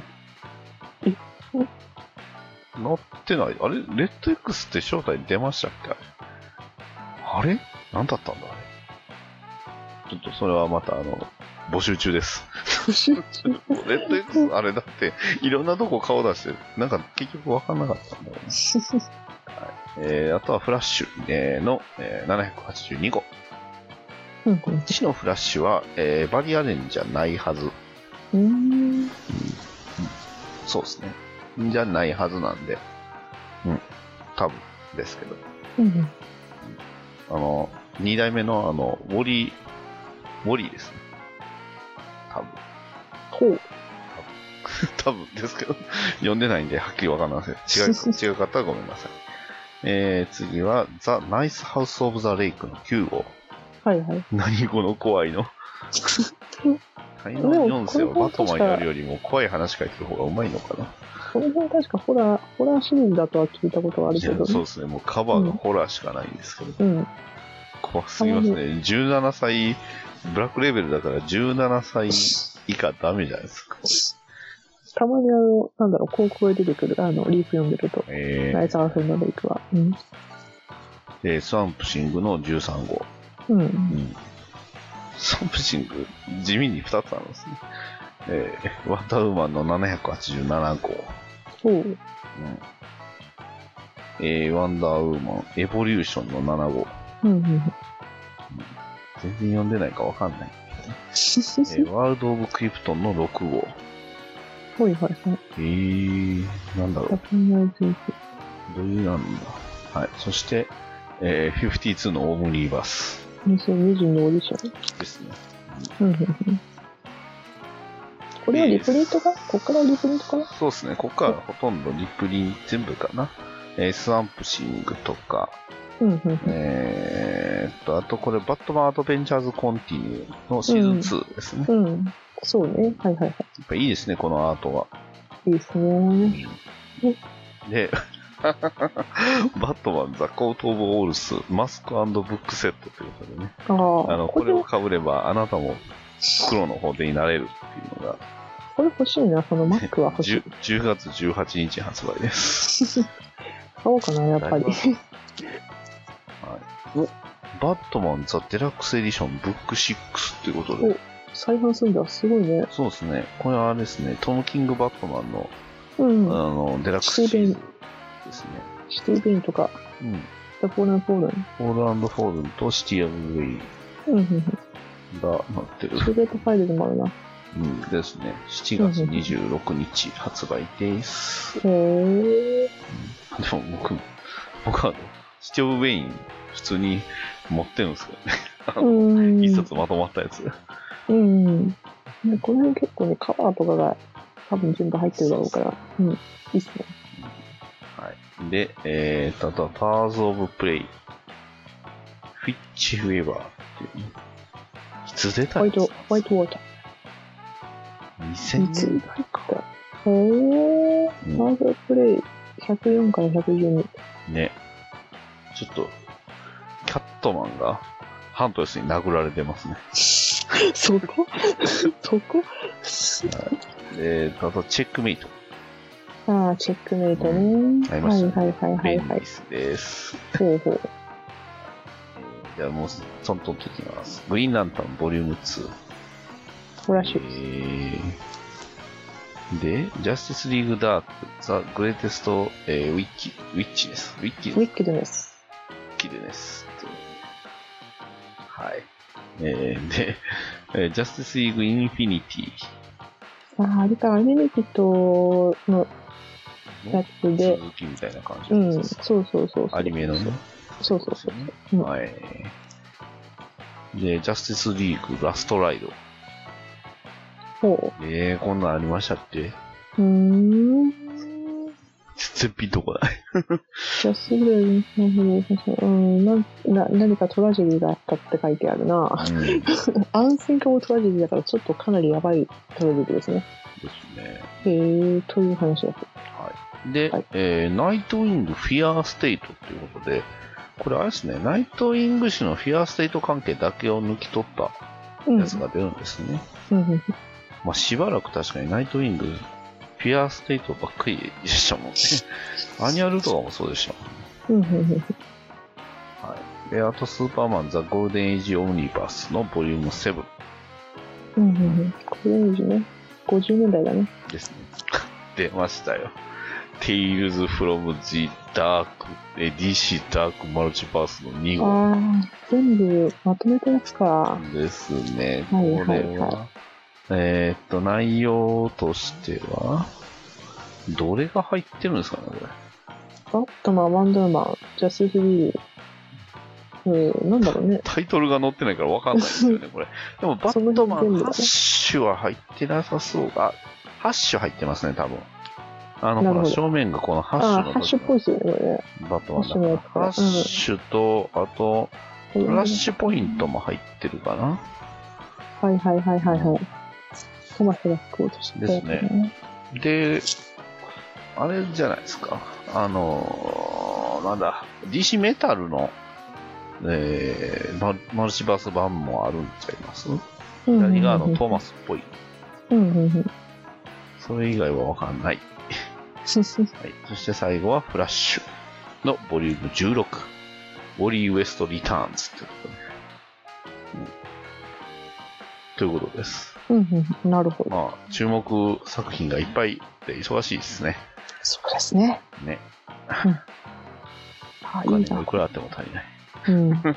乗ってない。あれレッド X って正体出ましたっけあれ何だったんだあれちょっとそれはまたあの、募集中です。 募集中レッド X、あれだって、いろんなとこ顔出して、なんか結局分かんなかったんだよね。はいえー、あとはフラッシュ、えー、の、えー、ななひゃくはちじゅうにごう。地のフラッシュは、えー、バリアレンじゃないはず。 うーん、うん、 そうですね。じゃないはずなんで、うん、多分ですけど。 うん、 あの、に代目のあの、ウォリー、ウォリーですね。多分。 ほう。 多分ですけど、読んでないんではっきりわかんないです。違う、違う方はごめんなさい。えー、次は、ザ・ナイス・ハウス・オブ・ザ・レイクのきゅうごう。 はいはい。 何この怖いのタイのよん世はバトマンやるよりも怖い話書いてる方がうまいのかな。 この辺確かホラー、ホラーシリーズだとは聞いたことがあるけど、ね、 そうですね。もうカバーがホラーしかないんですけど。 うん。 怖すぎますね。じゅうななさい、ブラックレベルだからじゅうななさい以下ダメじゃないですか。 たまにあの、なんだろう、広告が出てくる、あの、リーフ読んでると。えー、ナイスアーフのレイクは。うん。 で、スワンプシングのじゅうさんごう。 うん。 うん、スワンプシング、地味にふたつあるんですね。えー、ワンダーウーマンのななひゃくはちじゅうななごう。 ほう。 うん。えー、ワンダーウーマン、エボリューションのななごう。 うんうんうん、 全然読んでないかわかんない、ねえー。ワールド・オブ・クリプトンのろくごう。 はいはいはい。 えー、なんだろう。どういうなんだ。はい。そして、えー、ごじゅうにのオムニバス。 にせんにじゅうにオーディションですね。 うんうんうん。これはリプリントか、えー、こっからリプリントかな。 そうですね。こっからほとんどリプリント全部かな。えー、スワンプシングとか、 うんうんうん、 えーっと、あとこれ、バットマンアドベンチャーズコンティニューのシーズンツーですね。 うん。うん、そうね。はいはいはい。やっぱいいですね、このアートは。 いいですね。うん、 で、バットマンザ・コート・オブ・オールス、マスク&ブックセットということでね。ああの、これを被れば、あなたも黒の法廷になれるっていうのが。 これ欲しいな、そのマスクは欲しい。 じゅうがつじゅうはちにち発売です。 買おうかな、やっぱり。はい、 おバットマンザ・デラックスエディションブックシックスっていうことで。 再販するんだ、すごいね。 そうですね。これはあれですね、トム・キング・バットマンの、 うん、 あのデラックスシリーズですね。 シティ・ベインとか、 うん、 フォール&フォールン。 フォール&フォールンとシティ・オブ・ウェイがなってる。 シルベートファイルでもあるな。 うんですね。しちがつにじゅうろくにち発売です。 へー。 でも僕、僕はあの、シティ・オブ・ウェイン普通に持ってるんですけどね。一冊まとまったやつ。 うん。この辺結構ね、カバーとかが多分全部入ってるだろうから、うん、いいっすね。 はい。 で、えーと、あとはパワーズ・オブ・プレイ。フィッチ・フェーバーっていう、ね。いつ出たんですか？ ホワイト、ホワイトウォーター。にせんねんだいか。 へぇー。パワーズ・オブ・プレイひゃくよんからひゃくじゅうに。 ね。ちょっと、キャットマンがハントレスに殴られてますね。 そこそこで、あと、チェックメイト。 ああ、チェックメイトね。うん、 ありましたね。 はいはいはいはい、はい。 ベンリスです。 ほうほう。 じゃあもう、そんとんときます。グリーンランタンボリュームツー。 フラッシュ。 えー、で、ジャスティスリーグダーク、ザ・グレーテスト、えー、ウィッキ、ウィッチです。ウィッキウィッキドネス。 ウィッキドネス。はい。えー、で、えー、ジャスティスリーグインフィニティ。 ああ、あれか、アニメキットのやつで。 続きみたいな感じです。うん、そうそうそうそう。 アニメのね。 そうそうそう。 うん、はい。で、ジャスティスリーグラストライド。 ほう。 えー、こんなんありましたっけ？ うーん。 全然ピンとこない。 ジャスティスリーグ、うん、な、な、何かトラジェディがあったって書いてあるな。うん、安心かもトラジェディだからちょっとかなりやばいトラジェディですね。 ですね。 へー、という話です。 はい。で、はい、えー、ナイトウィングフィアーステイトということで、これあれですね、ナイトウィング氏のフィアーステイト関係だけを抜き取ったやつが出るんですね。 うん。 まあしばらく確かにナイトウィング、フィアーステイトばっかりでしたもんね。アニュアルとかもそうでしたもんね。はい。で、あとスーパーマンザ・ゴールデンエイジ・オムニバースのボリュームセブン。 うんうんうん。ゴールデンエイジね。ごじゅうねんだいだね。 ですね。出ましたよ。Tales from the Dark、ディーシー ダークマルチバースのにごう。 ああ、全部まとめたやつか。 ですね。 はいはいはい、 これは、えー、っと、内容としては、どれが入ってるんですかね、これ。 バットマン、ワンダーマン、ジャスティスリーグ、うん、なんだろうね。 タイトルが載ってないから分かんないですよね、これ。でも、バットマン、ハッシュは入ってなさそうが、ハッシュ入ってますね、多分。あの、ほら、正面がこのハッシュの。 あ、ハッシュっぽいですよね、これ。 バットマンだから。ハッシュと、あと、フラッシュポイントも入ってるかな。 はいはいはいはいはい。トマスが作ろうとしてですね。で、あれじゃないですか。あのー、なんだ、ディーシー メタルの、えー、マ, マルチバース版もあるんちゃいます？左側のトーマスっぽい。 うんうんうん。 それ以外はわかんない。はい。そして最後はフラッシュのボリュームじゅうろく。ウォリー・ウエスト・リターンズということで、うん。ということです。 うんうん、なるほど。 まあ、注目作品がいっぱいで忙しいですね。 そうですね。 ね。 うん、あ、いいな。 いくらあっても足りない。 うん、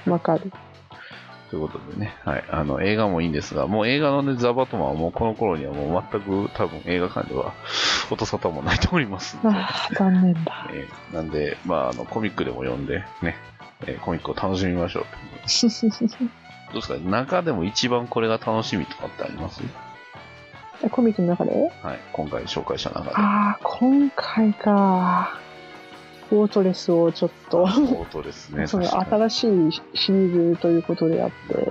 わかる。 ということでね、はい、あの、映画もいいんですが、もう映画のね、ザ・バトマンはもうこの頃にはもう全く多分映画館では音沙汰もないと思いますので。 ああ、残念だ。 えー、なんで、まあ、あの、コミックでも読んで、ね、えー、コミックを楽しみましょうってことで。どうですか、中でも一番これが楽しみとかってあります？ コミックの中で？ はい、今回紹介した中で。 ああ、今回か。フォートレスをちょっと、 フォートレスね。 その新しいシリーズということであって、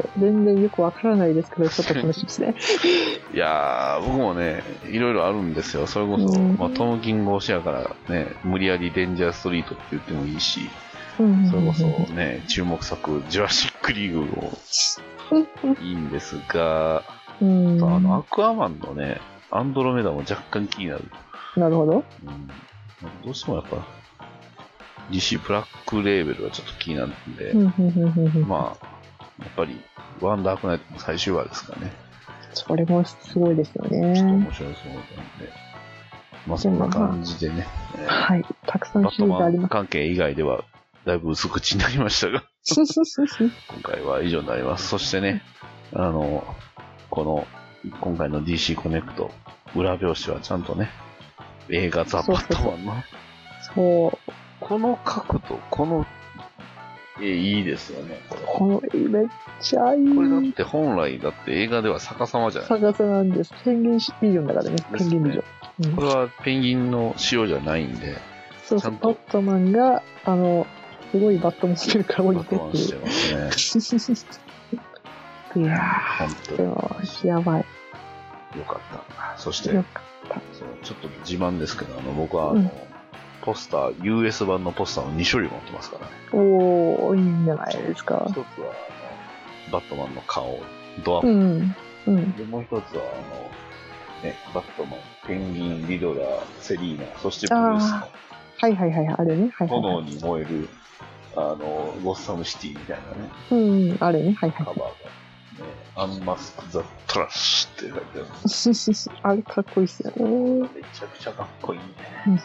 全然よくわからないですけど、ちょっと楽しみですね。 いやー、僕もね、いろいろあるんですよ。それこそ、うんまあ、トム・キング推しやからね、無理やりデンジャーストリートって言ってもいいし、それこそね、注目作、ジュラシック・リーグもいいんですが、うん、あの、アクアマンのね、アンドロメダも若干気になる。 なるほど。 うん、どうしてもやっぱ、ディーシー ブラックレーベルはちょっと気になるんで、まあ、やっぱり、ワンダークナイトの最終話ですかね。 それもすごいですよね。 ちょっと面白そうなんで。まあそんな感じでね。 でまあ、はい。たくさんシリーズあります。 バットマン関係以外では、だいぶ薄口になりましたが、今回は以上になります。そしてね、あの、この、今回の ディーシー コネクト、裏表紙はちゃんとね、映画ザ・バットマンの、 そう。 この角度、この絵いいですよね。これこの絵めっちゃいい。 これだって本来だって映画では逆さまじゃないですか。 逆さなんです。ペンギンビジョンだからね。ペンギンビジョン。 うん、これはペンギンの仕様じゃないんで、 そうそう、バットマンが、あの、すごいバットモンしてるから降りてっていう。バットマンしてますね。いやー、本当に。やばい。 よかった。そして、よかったそうちょっと自慢ですけど、あの僕はあの、うん、ポスター、ユーエス 版のポスターのに種類持ってますからね。 おー、いいんじゃないですか。 一つはあの、バットマンの顔、ドアップ。うんうん、でもう一つはあの、ね、バットマン、ペンギン、リドラー、セリーナ、そしてブルースの。 はいはいはい、あれね。はいはいはい、 炎に燃える、あの、ゴッサムシティみたいなね。 うん、あれね。はいはい。カバーが。 ね、アンマスク・ザ・トラッシュって書いてある。 あれかっこいいっすよね。 めちゃくちゃかっこいいね。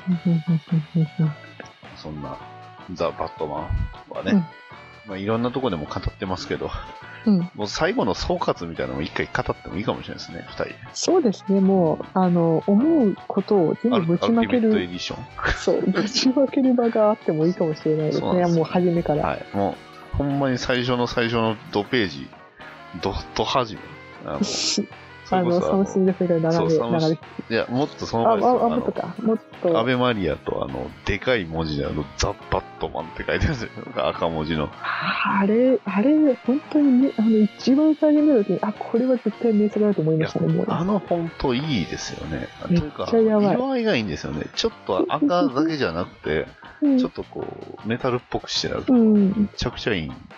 そんな、ザ・バットマンはね、うん、まあ、いろんなとこでも語ってますけど、うん、もう最後の総括みたいなのも一回語ってもいいかもしれないですね、二人。 そうですね、もう、あの、思うことを全部ぶちまける。 アルティメットエディション。 そう、ぶちまける場があってもいいかもしれないですね、もう初めから。 はい、もう、ほんまに最初の最初のドページ、ドット始め。あの、 あのサムシングフィル流れ、流れ。 いや、もっとその前ですよ。 あ、あ、もっとか。もっと。 アベマリアと、あの、でかい文字で、あの、ザ・バットマンって書いてあるんですよ。赤文字の。 あれ、あれ、本当にね、あの、一番最初見た時に、あ、これは絶対名作だと思いましたね、もう。 あのフォントいいですよね。 めっちゃやばい。 色合いがいいんですよね。ちょっと赤だけじゃなくて、うん、ちょっとこう、メタルっぽくしてあると、うん、めちゃくちゃいいんです、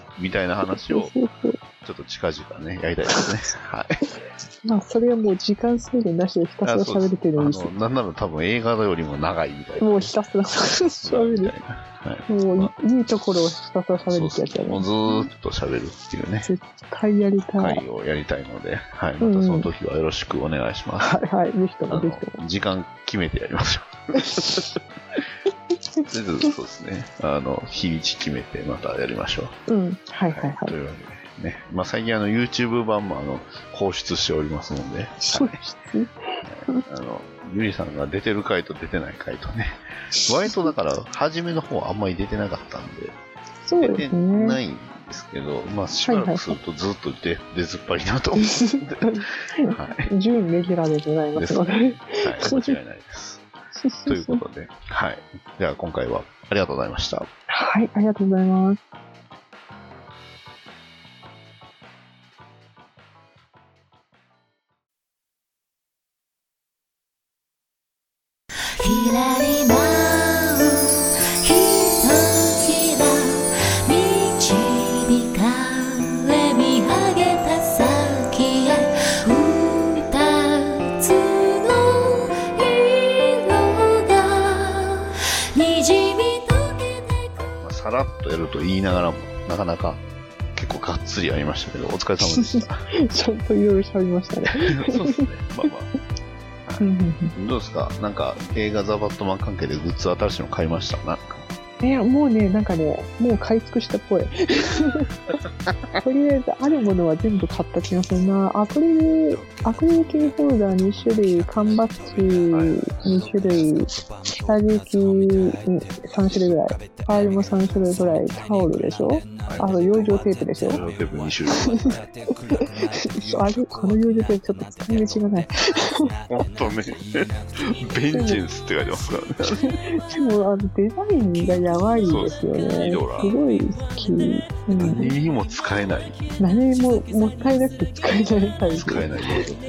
みたいな話を、ちょっと近々ね、やりたいですね。はい。 まあ、それはもう時間制限なしでひたすら喋れてるんですよ。 なんなら多分映画よりも長いみたいな。 もうひたすら喋る。はい、もう、まあ、いいところをひたすら喋るってやつやね。 もうずーっと喋るっていうね。 絶対やりたい。 回をやりたいので、はい。またその時はよろしくお願いします。 うん、はい、はい。ぜひともぜひとも。 時間決めてやりましょう。そうですね。あの、日にち決めてまたやりましょう。うん。はいはいはい。 というわけで。ね、まあ、最近あの YouTube 版もあの放出しておりますので、 そうです、ね、 あのゆりさんが出てる回と出てない回とね、割とだから初めの方はあんまり出てなかったんで、 そうですね、 出てないんですけど、まあしばらくするとずっと出、出ずっぱりなと思うので、はい、 準レギュラーでございますので、はい、 間違いないです。ということで、はい、では今回はありがとうございました。 はい、ありがとうございます。ひらり舞うひとひら導かれ見上げた先へ二つの色がにじみ溶けてく。 さらっとやると言いながらもなかなか結構がっつりやりましたけどお疲れ様でした。 ちゃんといろいろ喋りましたね。 そうですね。まあまあ。どうですかなんか映画ザ・バットマン関係でグッズ新しいの買いましたなんかいやもうねなんかねもう買い尽くしたっぽいとりあえずあるものは全部買った気がするなアクリルアクリルキーホルダーに種類缶バッジに種類下敷きさん種類ぐらいファイルもさん種類ぐらいタオルでしょ、はい、あと養生テープでしょ養生テープに種類あれあの養生テープちょっと使い道がない本当ねベンジェンスって書いてますからねでもあのデザインがやばいですよね。すごい好き。 うん、何にも使えない。 何ももったいなくて使えないタイプ。 使えない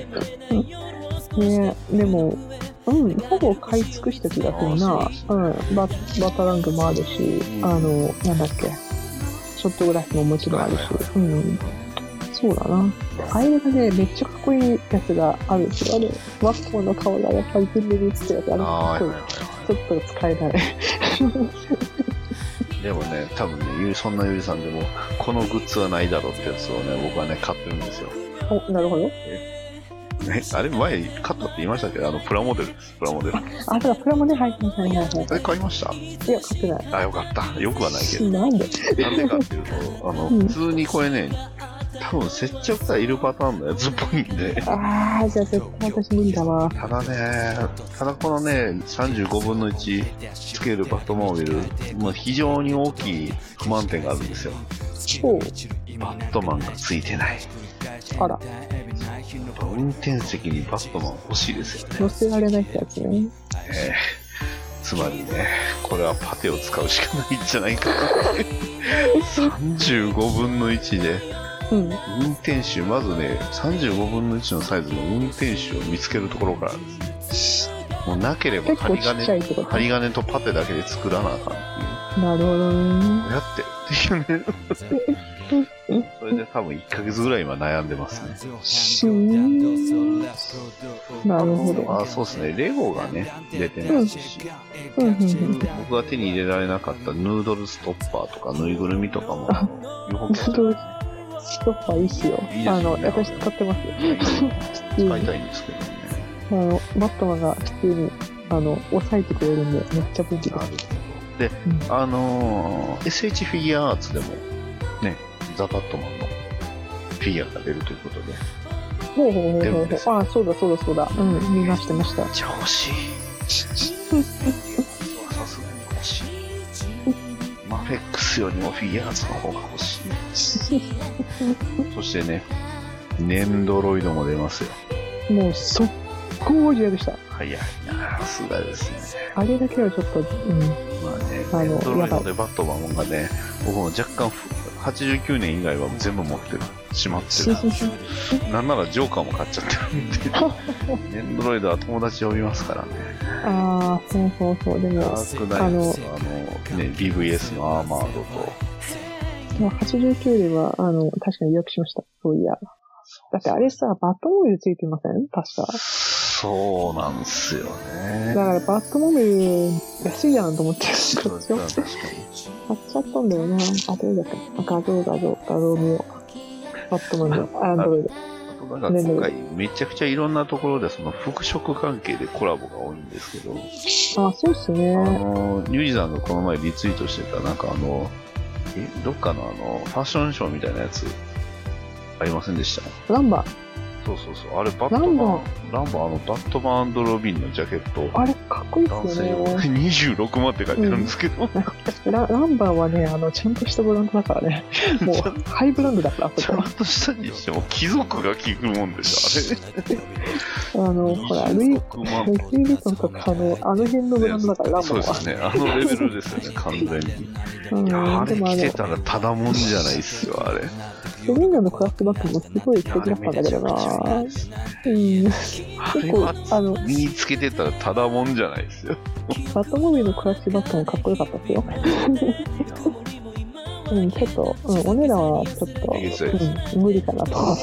ねでも、うん、ほぼ買い尽くした気がするな。うん、ババタラングもあるし、うん、あの、なんだっけ、ショットグラスももちろんあるし、うん、そうだな。あれがね、めっちゃかっこいいやつがあるんですよ。あれ、ワッコーの顔がやっぱり全面に映ってるやつ、あれかっこいい。ちょっと使えない。 でもね、多分ね、そんなゆりさんでも、このグッズはないだろうってやつをね、僕はね、買ってるんですよ。 お、なるほど。 ね、あれ前、買ったって言いましたけど、あの、プラモデルです、プラモデル。 あ、だからプラモデル入ってますね、はいはい。 あれ買いました？ いや、買ってない。 あ、よかった。よくはないけど。 なんでなんでかっていうと、あの、うん、普通にこれね、多分接着剤いるパターンのやつっぽいんで。 ああ、じゃあ絶対私無理だわ。 ただね、ただこのね、さんじゅうごぶんのいちつけるバットモービル、まあ、非常に大きい不満点があるんですよ。 ほう。 バットマンがついてない。 あら。 運転席にバットマン欲しいですよね。 乗せられないってやつね。 えつまりね、これはパテを使うしかないんじゃないかな。さんじゅうごぶんのいちで、うん、運転手、まずね、さんじゅうごぶんのいちのサイズの運転手を見つけるところからですね。もうなければ針金、針金とパテだけで作らなあかんっていう。 なるほどね。 やってっていうね。それで多分いっかげつぐらい今悩んでますね。 なるほど。 あ、そうですね。レゴがね、出てますし、うんうんうん、僕が手に入れられなかったヌードルストッパーとかヌイグルミとかも、 ヌードルストッパーいいっすよ。いいですよね、あの、私使ってますよ。 使いたいんですけどね。 あの、バットマンが普通に、あの、抑えてくれるんで、めっちゃ便利です。 で、うん、あのー、エスエイチ フィギュアアーツでも、ね、ザ・バットマンのフィギュアが出るということで。 ほうほうほうほうほう。ああ、そうだそうだそうだ。うん、見ましたました。 めっちゃ欲しい。さすがに欲しい。マフェックスよりもフィギュアアーツの方が欲しい。そしてね、ネンドロイドも出ますよ。 もう、速攻嫌でした。 早いな、さすがですね。 あれだけはちょっと、うん。 まあね、ネンドロイドでバットマンがね、僕も若干、はちじゅうきゅうねん以外は全部持ってる。しまってる。なんならジョーカーも買っちゃってるんで。ネンドロイドは友達呼びますからね。 ああ、そうそうそう。でも、 ダークナイト、あの、ね、ビーブイエス のアーマードと。 はちじゅうきゅうねんは、あの、確かに予約しました。そういや。だってあれさ、バットモビルついてません？確か。 そうなんですよね。 だからバットモビル安いやんと思ってるんですよ。 確かに。 買っちゃったんだよな。あ、どれだっけ？画像画像、画像見よう。バットマンのアンドロイド。 あとなんか今回めちゃくちゃいろんなところでその服飾関係でコラボが多いんですけど。 あ、そうっすね。 あの、ユージさんがこの前リツイートしてたなんかあの、え、どっかのあの、ファッションショーみたいなやつ、ありませんでした？ ランバー。 そうそうそう。あれ、バットマン、ランバー、あの、バットマンロビンのジャケット。 あれ、かっこいいっすよね。 男性用にじゅうろくまんって書いてるんですけど。 うん、ラ, ランバーはね、あの、ちゃんとしたブランドだからね。もう、ハイブランドだから、 ちゃんとしたにしても、貴族が着るもんでしょ、あれ。あの、ほら、ルイ・ルイ・ヴィトンとか、あの、あの辺のブランドだから、ランバーは。 そうですね。あのレベルですよね、完全に。うん、いや、あれ着てたらただもんじゃないっすよ、あれ。 セリーナのクラフトバッグもすごい素敵だったんだけどなぁ。うん。結構、あの、身につけてたらただもんじゃないですよ。 バットモビルのクラフトバッグもかっこよかったですよ。うん、ちょっと、うん、お値段はちょっと、うん、無理かなと思って。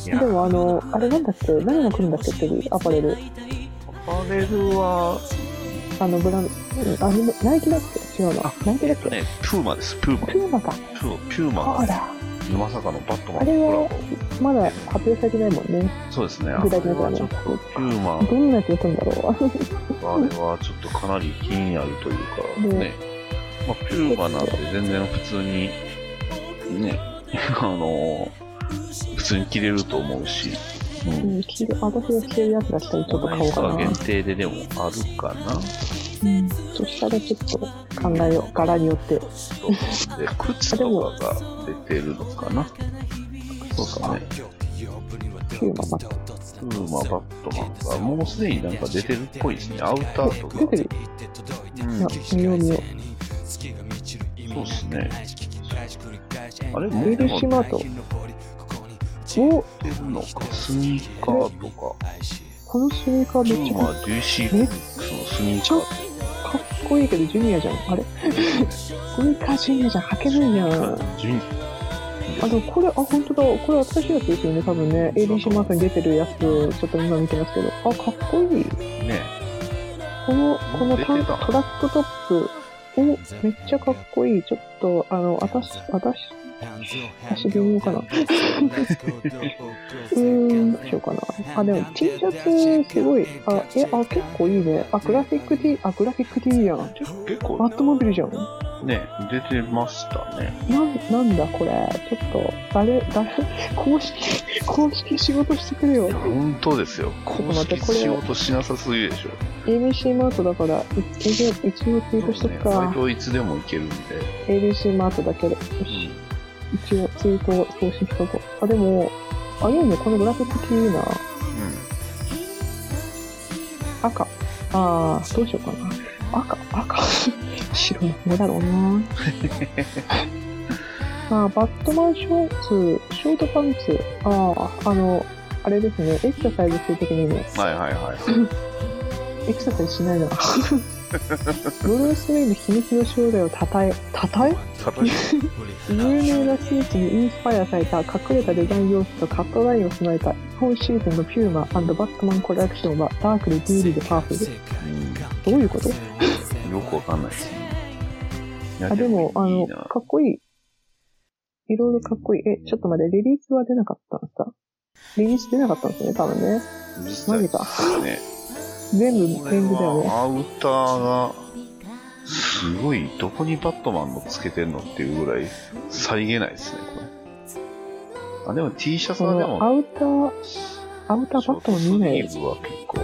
でも、あの、あれなんだっけ、何が来るんだっけ、次、アパレル。 アパレルは、 あの、ブランド、あの、ナイキだっけ？違うの。ナイキだっけ？ ね、プーマです、プーマ。 プーマか。 プー、プーマが。 そうだ。 まさかのバットマンあれは、まだ発表されてないもんね。 そうですね。 具体的なちょっと、プーマ。 どんなやつが来るんだろう。 あれはちょっとかなり気になるというか、ね。まあ、プーマなんて全然普通に、ね、あの、普通に着れると思うし。 うん、着る、私が着てるやつだったらちょっと買おうかな。 限定ででもあるかな。 うん、そしたらちょっと考えよう、柄によって。 そうで、靴とかが出てるのかな。そうかね。 プーマバット。 プーマバットマンがもうすでになんか出てるっぽいですね。アウターとか。 出てる、うん、いや、見よう見よう。 そうですね。あれ、もうエルシマート。 お出るのか、スニーカーとか。 このスニーカーめっちゃかっこいい。 デューシーフォックスのスニーカー。 かっこいいけどジュニアじゃん。あれスニーカージュニアじゃん。履けないじゃん。 ジュニア。あ、でもこれ、あ、ほんとだ。これ新しいやつですよね、多分ね。エーディーシー マークに出てるやつ、ちょっと今見てますけど。あ、かっこいい。 ねこの、このトラックトップ。お、めっちゃかっこいい。ちょっと、あの、あたし、あたし、足微妙かな。うーん、どうしようかな。あ、でも T シャツ、すごい。あ、え、あ、結構いいね。あ、グラフィック T、あ、グラフィック T やん。 結構。 バットモビルじゃん。 ね、出てましたね。 なん、なんだこれ。ちょっと、誰、誰、公式、公式仕事してくれよ。 本当ですよ。公式仕事しなさすぎるでしょ。 エーディーシー マートだから、一応、一応ツイートしとくか。 割といつでもいけるんで。 エーディーシー マートだけで。よし。一応ツイートを送信しとこう。あ、でも、あ、いいね。このグラフィック T いいな。うん。赤。 ああ、どうしようかな。赤、赤。白の方だろうな。あバットマンショーツ、ショートパンツ。ああ、あの、あれですね、エクササイズするときにね。 はいはいはい。 エクササイズしないな。ブルース・ウェインの秘密の正体をたたえ、たたえたたえ有名なスーツにインスパイアされた隠れたデザイン要素とカットラインを備えた今シーズンのピューマ&バットマンコレクションはダークでビューティーでパワフル。どういうこと？ よくわかんないですね。 あ、でも、あの、かっこいい。いろいろかっこいい。え、ちょっと待って、リリースは出なかったんですか？リリース出なかったんですね、多分ね。マジか。 ね、 全部展示だよね。 アウターが、すごい、どこにバットマンのつけてんのっていうぐらい、さりげないですね、これ。あ、でも T シャツはでも、 アウター、アウターバットマン見ないよ。 スリーブは結構、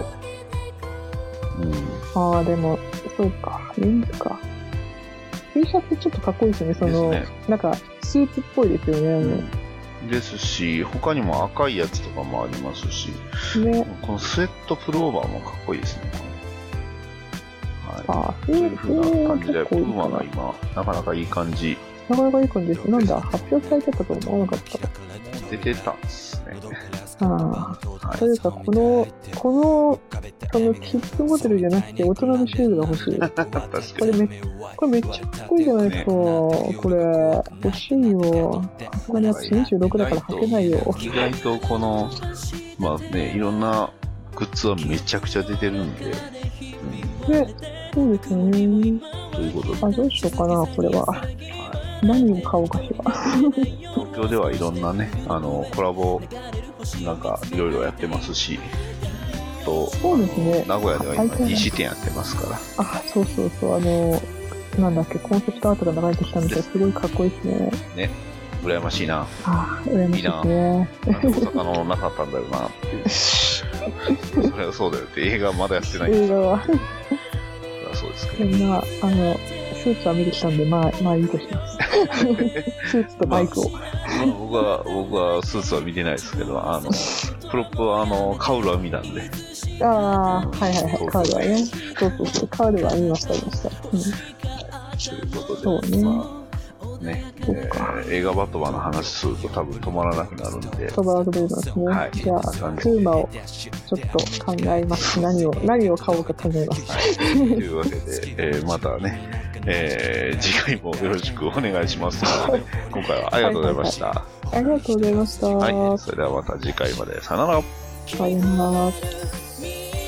うん。ああ、でも、そうか、レンズか。T シャツちょっとかっこいいですよね、その、ね、なんか、スーツっぽいですよね。 うん、ですし、他にも赤いやつとかもありますし、ね、このスウェットプルオーバーもかっこいいですね。はい。 ああ、 そういう風な感じで、プーマが今、なかなかいい感じ。 なかなかいい感じです。なんだ、発表されてたと思わなかった。 出てたんですね。 ああ、はい、というか、この、この、そのキッズモデルじゃなくて大人のシューズが欲しい。 確かに。 これめ、これめっちゃかっこいいじゃないですか。ね、これ、欲しいよ。さすがに私にじゅうろくだから履けないよ。 意外とこの、まあね、いろんなグッズはめちゃくちゃ出てるんで。 うん、で、そうですよね。 ということで。 あ、どうしようかな、これは。はい、何を買おうかしら。 東京ではいろんなね、あの、コラボ、なんかいろいろやってますし、と、 そうですね。 名古屋では今西店やってますから。 あ、そうそうそう、あの、なんだっけ、コンセプトアートが流れてきたんですけど、すごいかっこいいですね。 ね、羨ましいな。 あ、羨ましいですね。 いいな。大阪のなかったんだよなっていう。それはそうだよって、映画まだやってないんです映画は。 そうですけど。 みんな、あの、スーツは見てきたんで、まあ、まあいいとしてます。スーツとバイクを。 まあ、僕は、僕はスーツは見てないですけど、あの、プロップは、あの、カウルは見たんで。 ああ、はいはいはい、カウルはね。そうそうそう、カウルは見ました、見ました。うん。 ということで、 そうね。 まあ、ね、えー、映画バットマンの話すると多分止まらなくなるんで。 止まらなくなりますね。はい、じゃあ、クーマをちょっと考えます。何を、何を買おうか考えます。 はい、というわけで、えー、またね、えー、次回もよろしくお願いしますので、ね、今回はありがとうございました。はいはいはい、ありがとうございました。 はい、それではまた次回まで。さよなら。 さよなら。